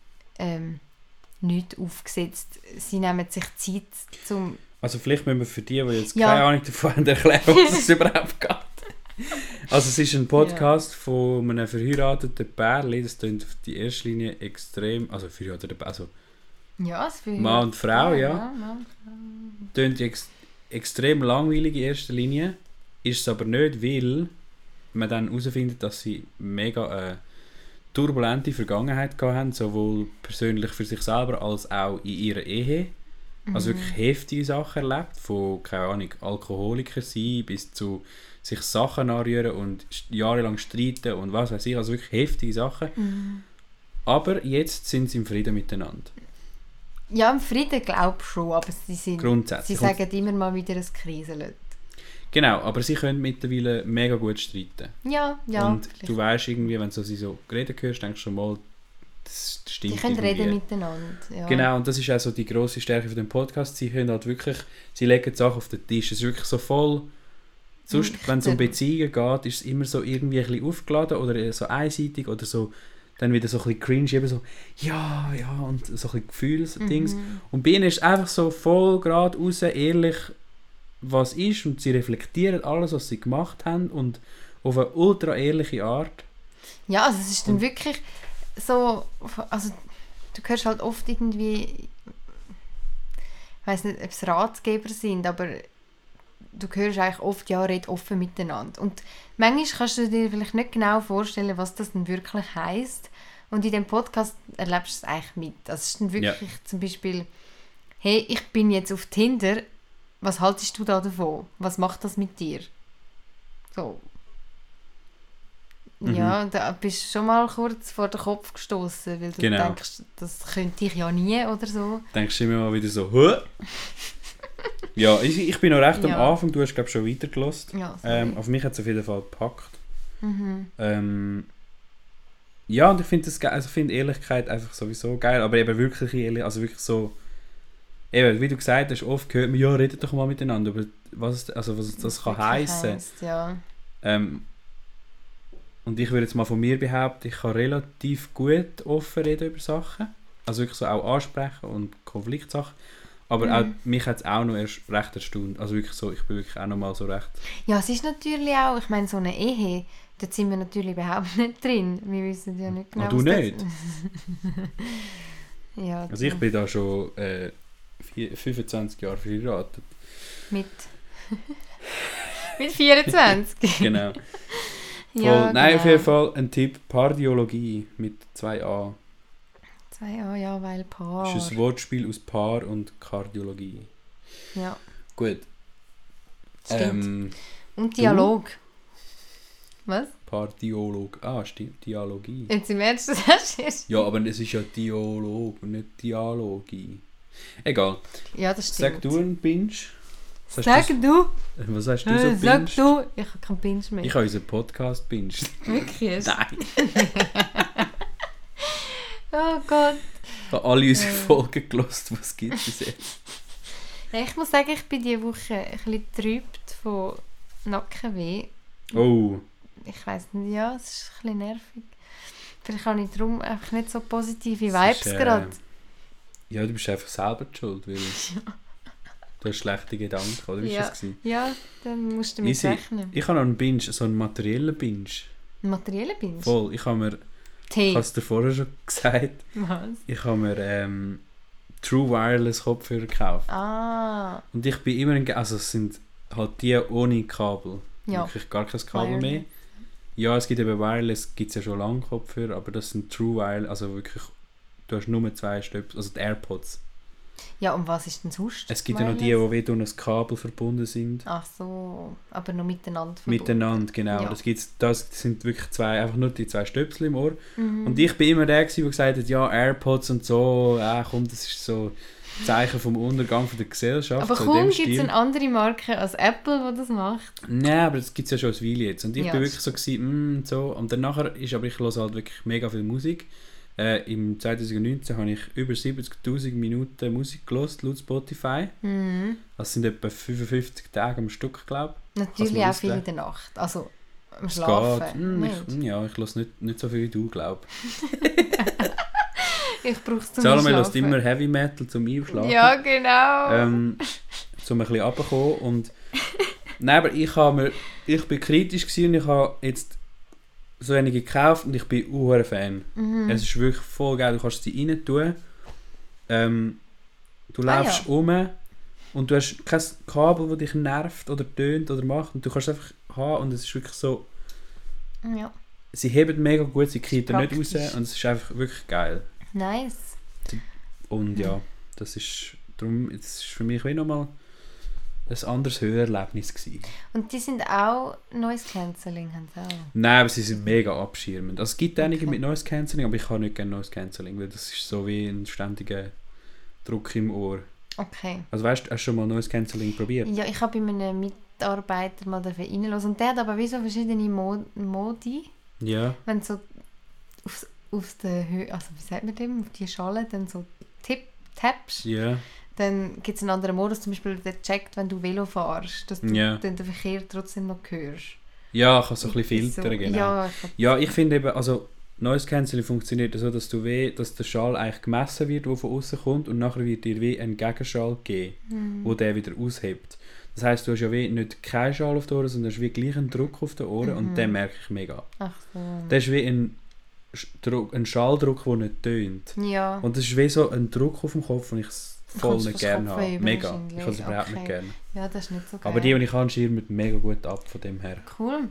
nicht aufgesetzt. Sie nehmen sich Zeit zum... Also vielleicht müssen wir für die jetzt Ja. keine Ahnung davon haben, erklären, was es überhaupt geht. Also es ist ein Podcast von einem verheirateten Pärchen. Das klingt auf die erste Linie extrem... Also verheiratet, also Ja, es für Mann und Frau, ja. Mann und Frau. klingt extrem langweilig in erster Linie. Ist es aber nicht, weil man dann herausfindet, dass sie mega turbulente Vergangenheit gehabt haben, sowohl persönlich für sich selber als auch in ihrer Ehe. Also wirklich heftige Sachen erlebt, von, keine Ahnung, Alkoholiker sein bis zu sich Sachen anrühren und jahrelang streiten und was weiß ich, also wirklich heftige Sachen. Aber jetzt sind sie im Frieden miteinander. Ja, im Frieden glaube ich schon, aber sie Grundsätzlich. sagen immer mal wieder, es kriselt. Genau, aber sie können mittlerweile mega gut streiten. Ja, Und vielleicht. du weißt irgendwie, wenn du sie so reden hörst, denkst du schon mal, das stimmt Die können irgendwie. reden miteinander. Ja. Genau, und das ist auch so die grosse Stärke von dem Podcast. Sie können halt wirklich, sie legen die Sachen auf den Tisch. Es ist wirklich so voll. Sonst, wenn es um Beziehungen geht, ist es immer so irgendwie ein bisschen aufgeladen oder so einseitig oder so, dann wieder so ein bisschen cringe, eben so, ja, und so ein bisschen Gefühlsdings. Und bei ihnen ist es einfach so voll gerade raus, ehrlich, was ist, und sie reflektieren alles, was sie gemacht haben und auf eine ultra ehrliche Art. Ja, also es ist dann wirklich so, also du hörst halt oft irgendwie, ich weiss nicht, ob es Ratgeber sind, aber du hörst eigentlich oft, ja, red offen miteinander. Und manchmal kannst du dir vielleicht nicht genau vorstellen, was das denn wirklich heisst. Und in dem Podcast erlebst du es eigentlich mit. Also es ist dann wirklich zum Beispiel, hey, ich bin jetzt auf Tinder, was haltest du da davon? Was macht das mit dir? So. Ja, da bist du schon mal kurz vor den Kopf gestoßen, weil du denkst, das könnte ich ja nie oder so. Denkst du immer mal wieder so, hä? Ja, ich bin noch recht am Anfang, du hast glaube schon weitergelassen. Ja, auf mich hat es auf jeden Fall gepackt. Ja, und ich finde find Ehrlichkeit einfach sowieso geil, aber eben wirklich ehrlich, also wirklich so, eben, wie du gesagt hast, oft hört man, ja, redet doch mal miteinander, aber was das kann heissen. Ja. Und ich würde jetzt mal von mir behaupten, ich kann relativ gut offen reden über Sachen, also wirklich so auch ansprechen und Konfliktsachen, aber auch, mich hat es auch noch erst recht erstaunt, also wirklich so, ich bin wirklich auch noch mal so recht. Ja, es ist natürlich auch, ich meine, so eine Ehe, da sind wir natürlich überhaupt nicht drin. Wir wissen ja nicht genau, du nicht? Ja, also ich bin da schon 25 Jahre verheiratet. Mit 24? Genau. Ja, nein, genau. auf jeden Fall ein Tipp, Pardiologie mit 2a. 2a, ja, weil Paar. Das ist ein Wortspiel aus Paar und Kardiologie. Ja. Gut. Stimmt. Und Dialog. Was? Pardiolog. Ah, stimmt, Dialogie. Jetzt im Ernst, das hast du jetzt. Ja, aber es ist ja Dialog und nicht Dialogie. Egal. Ja, das stimmt. Sag du einen Binge. Sag du. Was hast du so Binge? Sag du. Ich habe keinen Binge mehr. Ich habe unseren Podcast Binge. Wirklich? Nein. Oh Gott. Ich habe alle unsere Folgen gehört, was es gibt bis jetzt. Ja, ich muss sagen, ich bin diese Woche ein bisschen getrübt von Nackenweh. Oh. Ich weiss nicht, ja, es ist ein bisschen nervig. Vielleicht habe ich darum einfach nicht so positive Vibes gerade. Ja, du bist einfach selber die schuld, weil du hast schlechte Gedanken, oder wie war das? Ja, dann musst du damit rechnen. Ich habe noch einen Binge, so einen materiellen Binge. Einen materiellen Binge? Voll, ich habe es dir vorher schon gesagt. Was? Ich habe mir True Wireless Kopfhörer gekauft. Ah. Und ich bin immer, also es sind halt die ohne Kabel. Ja. Wirklich gar kein Kabel mehr. Ja, es gibt eben Wireless, gibt es ja schon lange Kopfhörer, aber das sind True Wireless, also wirklich, du hast nur 2 Stöpsel, also die AirPods. Ja, und was ist denn sonst? Es gibt ja noch die wie durch ein Kabel verbunden sind. Ach so, aber noch miteinander verbunden. Miteinander, genau. Ja. Das sind wirklich einfach nur die 2 Stöpsel im Ohr. Und ich bin immer der, der gesagt hat, ja, AirPods und so, komm, das ist so Zeichen vom Untergang von der Gesellschaft. Aber so kaum gibt es eine andere Marke als Apple, die das macht. Nein, aber das gibt es ja schon ein Weile jetzt. Und ich Ja, bin wirklich so gewesen, so. Und dann nachher ich höre halt wirklich mega viel Musik. Im 2019 habe ich über 70'000 Minuten Musik gehört, laut Spotify. Das sind etwa 55 Tage am Stück, glaube ich. Natürlich auch viel in der Nacht. Also am Schlafen. Ich höre nicht so viel wie du, glaube ich. brauche es zum Salome hört Schlafen. immer Heavy Metal zum Einschlafen. Ja, genau. Um ein bisschen runterzukommen. Und nein, aber ich bin kritisch gewesen und ich habe jetzt so einige gekauft und ich bin ein Fan. Es ist wirklich voll geil, du kannst sie rein tun. Du läufst und du hast kein Kabel, das dich nervt oder tönt oder macht und du kannst es einfach haben und es ist wirklich so... Ja. Sie heben mega gut, sie kriegen nicht raus Praktisch. und es ist einfach wirklich geil. Nice. Und ja, das ist darum, jetzt ist für mich wie nochmal ein anderes Hörerlebnis gewesen. Und die sind auch Noise Cancelling, haben sie auch? Nein, aber sie sind mega abschirmend. Also es gibt einige mit Noise Cancelling, aber ich kann nicht gerne Noise Cancelling, weil das ist so wie ein ständiger Druck im Ohr. Okay. Also weißt du, hast du schon mal Noise Cancelling probiert? Ja, ich habe bei einem Mitarbeiter mal reinlassen und der hat aber wie so verschiedene Modi. Ja. Wenn so auf der Höhe, also wie sagt man dem, auf die Schale dann so tappst, Ja. dann gibt es einen anderen Modus, zum Beispiel der checkt, wenn du Velo fährst, dass du dann den Verkehr trotzdem noch hörst. Ja, kann so ein bisschen filtern, so, genau. Ja, ich finde eben, also Noise Cancelling funktioniert so, dass dass der Schall eigentlich gemessen wird, der von außen kommt und nachher wird dir wie ein Gegenschall gegeben, wo der wieder aushebt. Das heisst, du hast ja wie nicht keinen Schall auf den Ohren, sondern hast wie gleich einen Druck auf den Ohren und den merke ich mega. Ach so. Das ist wie ein Schalldruck, der nicht tönt. Ja. Und das ist wie so ein Druck auf dem Kopf, den ich voll nicht gerne habe. Kopfweh Mega. Ich kann es überhaupt nicht gerne. Ja, das ist nicht so geil. Aber die ich habe, schirmen mega gut ab von dem her. Cool.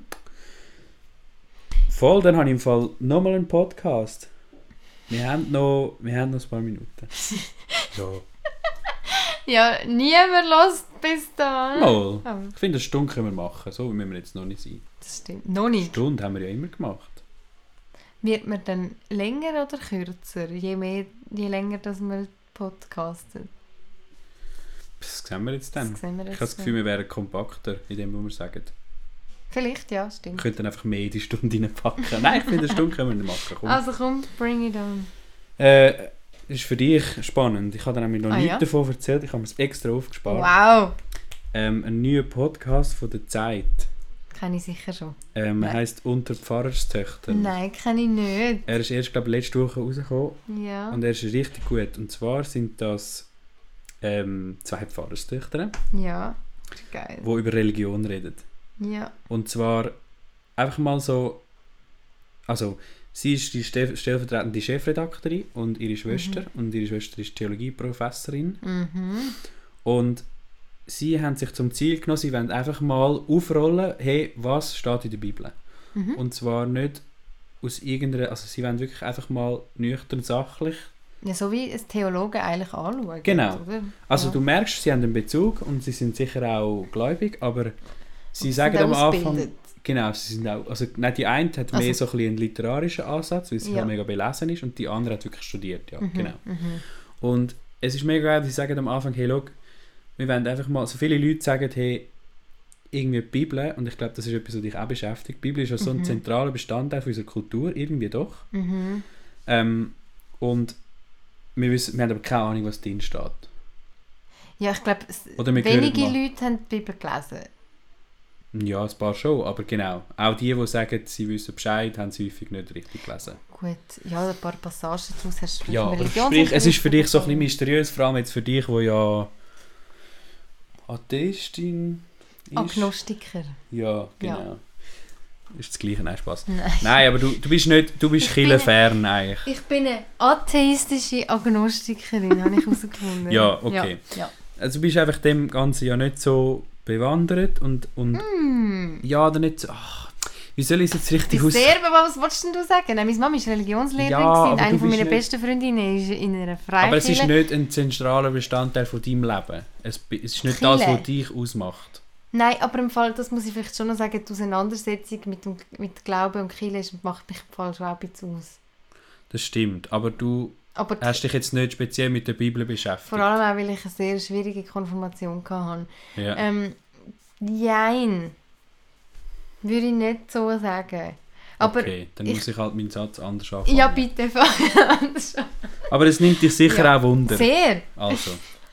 Voll, dann habe ich im Fall nochmal einen Podcast. Wir haben noch ein paar Minuten. Ja. Ja, niemand lässt bis da. Mal. Oh, Ich finde, eine Stunde können wir machen. So müssen wir jetzt noch nicht sein. das stimmt. Noch Eine nicht. Stunde haben wir ja immer gemacht. Wird man dann länger oder kürzer, je länger dass wir podcasten? Das sehen wir jetzt dann. Das sehen wir Ich jetzt habe das Gefühl, wir wären kompakter in dem, was wir sagen. Vielleicht, ja, Wir stimmt. könnten einfach mehr in die Stunde reinpacken. Nein, ich finde, eine Stunde können wir nicht machen. Komm. Also komm, bring it on. Das ist für dich spannend. Ich habe dir nämlich noch nichts ja? davon erzählt. Ich habe mir es extra aufgespart. Wow! Ein neuer Podcast von der Zeit. Kenne ich sicher schon. Er heisst «Unter Pfarrerstöchtern». Nein, kenne ich nicht. Er ist erst, glaube ich, letzte Woche rausgekommen. Ja. Und er ist richtig gut. Und zwar sind das 2 Pfarrerstöchter, Ja. Geil. die über Religion reden. Ja. Und zwar einfach mal so... Also, sie ist die stellvertretende Chefredaktorin und ihre Schwester. Und ihre Schwester ist Theologieprofessorin. Mhm. Und sie haben sich zum Ziel genommen, sie wollen einfach mal aufrollen, hey, was steht in der Bibel? Und zwar nicht aus irgendeiner... Also sie wollen wirklich einfach mal nüchtern, sachlich... Ja, so wie ein Theologe eigentlich anschauen. Genau. Oder? Also ja. du merkst, sie haben einen Bezug und sie sind sicher auch gläubig, aber sie Und sagen sind am auch Anfang... ausgebildet. Genau, sie sind auch... Also nein, die eine hat mehr so ein bisschen einen literarischen Ansatz, weil sie Ja. halt mega belesen ist, und die andere hat wirklich studiert, ja, genau. Und es ist mega geil, sie sagen am Anfang, hey, schau, wir wollen einfach mal... So viele Leute sagen, hey, irgendwie die Bibel, und ich glaube, das ist etwas, was dich auch beschäftigt, die Bibel ist ja so ein zentraler Bestandteil unserer Kultur, irgendwie doch. Und wir haben aber keine Ahnung, was drin steht. Ja, ich glaube, Oder wir wenige hören mal. Leute haben die Bibel gelesen. Ja, ein paar schon, aber genau. Auch die sagen, sie wissen Bescheid, haben sie häufig nicht richtig gelesen. Gut, ja, ein paar Passagen daraus hast du Ja, im aber sprich, Religionsunterricht es ist für dich so ein bisschen bekommen. mysteriös, vor allem jetzt für dich, wo ja Atheistin ist. Agnostiker. Ja, genau. Ja. Ist das Gleiche, nein, Spaß. Nein. Nein, aber du bist nicht, du bist kirchenfern eigentlich. Ich bin eine atheistische Agnostikerin, habe ich herausgefunden. Ja, okay. Ja. Also du bist einfach dem Ganzen ja nicht so bewandert und ja, oder nicht so, wie soll ich es jetzt richtig aus... Was wolltest denn du sagen? Nein, meine Mama war Religionslehrerin. Ja, aber Eine du von bist meiner nicht- besten Freundinnen ist in einer Freikirche. Aber es ist nicht ein zentraler Bestandteil von deinem Leben. Es ist nicht das, Kirche. was dich ausmacht. Nein, aber im Fall, das muss ich vielleicht schon noch sagen, die Auseinandersetzung mit Glauben und Kirche macht mich im Fall schon auch ein bisschen aus. Das stimmt, aber du Aber hast dich jetzt nicht speziell mit der Bibel beschäftigt. vor allem auch, weil ich eine sehr schwierige Konfirmation hatte. Ja. Jein. Würde ich nicht so sagen. Aber Okay, dann muss ich halt meinen Satz anders anfangen. ja, bitte fang anders an. Aber es nimmt dich sicher Ja. auch Wunder. Sehr. Also,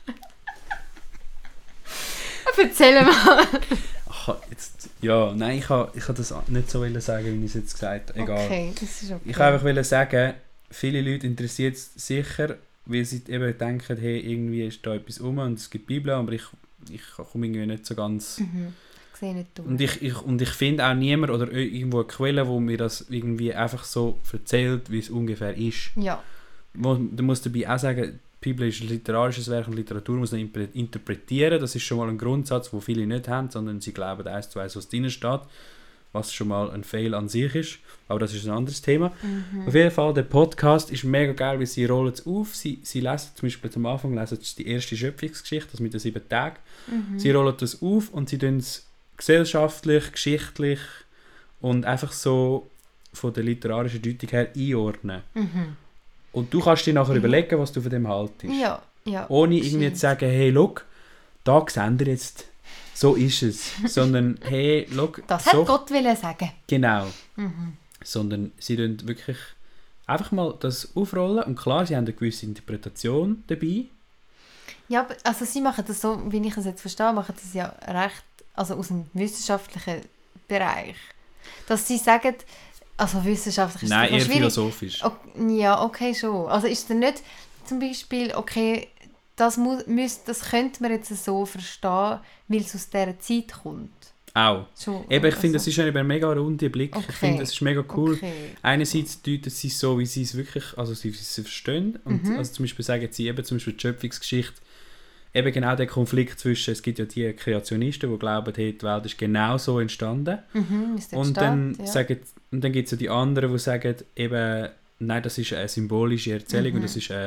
Erzähl mal. nein, ich ha das nicht so wollen sagen, wie ich es jetzt gesagt habe. Egal. Okay, das ist okay. Ich wollte einfach sagen, viele Leute interessiert es sicher, weil sie eben denken, hey, irgendwie ist da etwas rum und es gibt Bibel, aber ich komme irgendwie nicht so ganz... Ich sehe nicht durch. Und ich finde auch niemand oder irgendwo eine Quelle, wo mir das irgendwie einfach so erzählt, wie es ungefähr ist. Ja. Du musst dabei auch sagen, die Bibel ist ein literarisches Werk und Literatur muss man interpretieren. Das ist schon mal ein Grundsatz, den viele nicht haben, sondern sie glauben 1:1, was drin steht, was schon mal ein Fail an sich ist. Aber das ist ein anderes Thema. Auf jeden Fall, der Podcast ist mega geil, weil sie rollen es auf. Sie lesen zum Beispiel am Anfang die erste Schöpfungsgeschichte, das mit den 7 Tagen. Sie rollen das auf und sie tun es gesellschaftlich, geschichtlich und einfach so von der literarischen Deutung her einordnen. Und du kannst dir nachher überlegen, was du von dem haltest. Ja, ja. Ohne irgendwie zu sagen, hey, look, da seht ihr jetzt, so ist es. Sondern, hey, look, Das so, hat Gott wollen sagen. genau. Sondern sie tun wirklich einfach mal das aufrollen und klar, sie haben eine gewisse Interpretation dabei. Ja, aber also sie machen das so, wie ich es jetzt verstehe, machen sie es ja recht, also aus dem wissenschaftlichen Bereich. Dass sie sagen, also wissenschaftlich ist Nein, es eher schwierig. philosophisch. Ja, okay, schon. Also ist es nicht zum Beispiel, okay, das könnte man jetzt so verstehen, weil es aus dieser Zeit kommt. Auch. Schon, Eben, ich finde, das also- ist ein mega runder Blick. Okay. Ich finde, das ist mega cool. Okay. Einerseits deuten sie es so, wie sie es wirklich, also sie verstehen. Und Mhm. also zum Beispiel sagen sie eben zum Beispiel die Schöpfungsgeschichte, eben genau der Konflikt zwischen, es gibt ja die Kreationisten, die glauben, hey, die Welt ist genau so entstanden. wie es dort Und steht, dann, ja. dann gibt es ja die anderen, die sagen, eben, nein, das ist eine symbolische Erzählung und das ist eine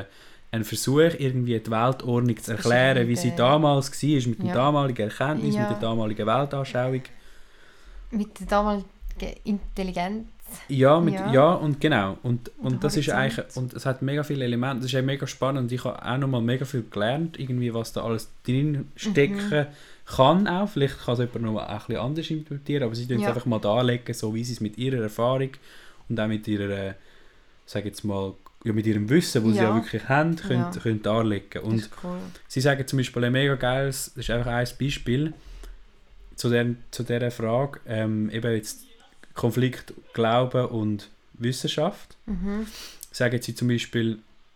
ein Versuch, irgendwie die Weltordnung zu erklären, wie sie damals war, mit der damaligen Erkenntnis, mit der damaligen Weltanschauung. Mit der damaligen Intelligenz. Ja, und genau. Und das ist eigentlich, und es hat mega viele Elemente, das ist mega spannend und ich habe auch nochmal mega viel gelernt, irgendwie, was da alles drin stecken kann auch. Vielleicht kann es jemand noch ein bisschen anders interpretieren, aber sie tun es einfach mal darlegen, so wie sie es mit ihrer Erfahrung und auch mit ihrer, sage jetzt mal, mit ihrem Wissen, das sie ja wirklich haben, können darlegen. Und cool. Sie sagen zum Beispiel ein mega geiles, das ist einfach ein Beispiel zu dieser Frage, eben jetzt Konflikt Glauben und Wissenschaft. Sagen sie zum Beispiel,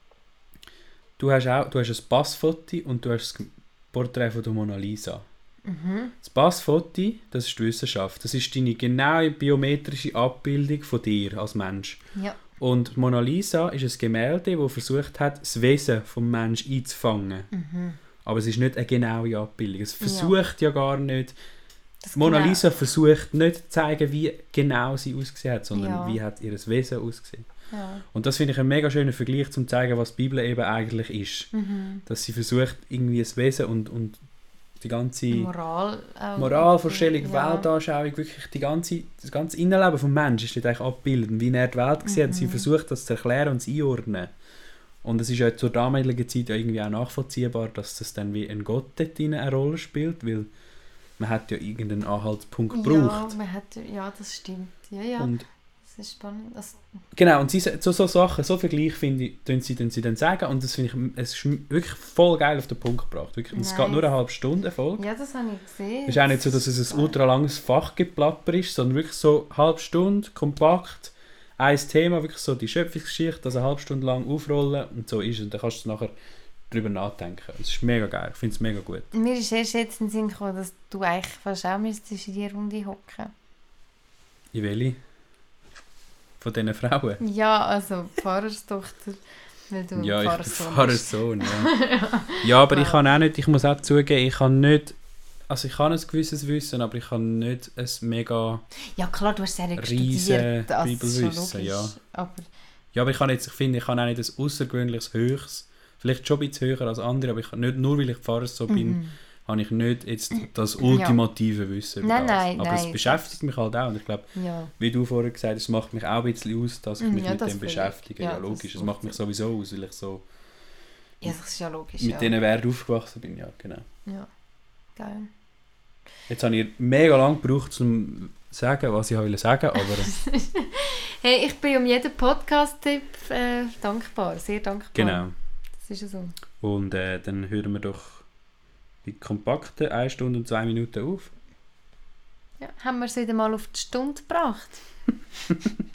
du hast ein Passfoto und du hast das Porträt von der Mona Lisa. Das Passfoto, das ist die Wissenschaft. Das ist deine genaue biometrische Abbildung von dir als Mensch. Ja. Und Mona Lisa ist ein Gemälde, das versucht hat, das Wesen des Menschen einzufangen. Aber es ist nicht eine genaue Abbildung. Es versucht ja gar nicht. Mona Lisa versucht nicht zu zeigen, wie genau sie ausgesehen hat, sondern wie hat ihr Wesen ausgesehen. Ja. Und das finde ich einen mega schönen Vergleich, um zu zeigen, was die Bibel eben eigentlich ist. Dass sie versucht, irgendwie das Wesen und die ganze Moralvorstellung, Weltanschauung, wirklich das ganze Innenleben des Menschen ist eigentlich abbilden, wie er die Welt gesehen hat. Sie versucht, das zu erklären und zu einordnen. Und es ist ja zur damaligen Zeit irgendwie auch nachvollziehbar, dass das dann wie ein Gott dort eine Rolle spielt, weil man hat ja irgendeinen Anhaltspunkt gebraucht. Ja, das stimmt. Ja. Und das ist spannend. Genau, und so Sachen, so Vergleich, finde ich, tun sie dann sagen. Und das finde ich, es ist wirklich voll geil auf den Punkt gebracht. Wirklich. Es geht nur eine halbe Stunde Folge. Ja, das habe ich gesehen. Es ist auch nicht so, dass es ein ultra langes Fachgeplapper ist, sondern wirklich so eine halbe Stunde, kompakt, ein Thema, wirklich so die Schöpfungsgeschichte, das eine halbe Stunde lang aufrollen und so ist es. Und dann kannst du nachher darüber nachdenken. Es ist mega geil, ich finde es mega gut. Mir ist erst jetzt in den Sinn gekommen, dass du eigentlich fast auch müsstest in die Runde hocken. In welche? Von diesen Frauen? Ja, also Pfarrerstochter, weil du Pfarrersohn. Ja, aber ich kann auch nicht, ich muss auch zugeben, ich kann nicht, also ich habe ein gewisses Wissen, aber ich habe nicht ein mega du hast sehr riesen studiert, Bibelwissen. Aber ich finde, ich habe auch nicht ein außergewöhnliches Höchst. Vielleicht schon ein bisschen höher als andere, aber nicht, nur weil ich Pfarrer so bin, habe ich nicht jetzt das ultimative Wissen. Nein, aber es beschäftigt mich halt auch. Und ich glaube, wie du vorher gesagt hast, es macht mich auch ein bisschen aus, dass ich mich mit dem beschäftige. Ja, logisch. Es macht mich sowieso aus, weil ich so das ist ja logisch, mit diesen Werten aufgewachsen bin. Ja, genau. Ja, geil. Jetzt habe ich mega lange gebraucht, um zu sagen, was ich wollte sagen, aber... Hey, ich bin um jeden Podcast-Tipp dankbar, sehr dankbar. Genau. Das ist so. Und dann hören wir doch bei kompakten 1 Stunde und 2 Minuten auf. Ja, haben wir es wieder mal auf die Stunde gebracht.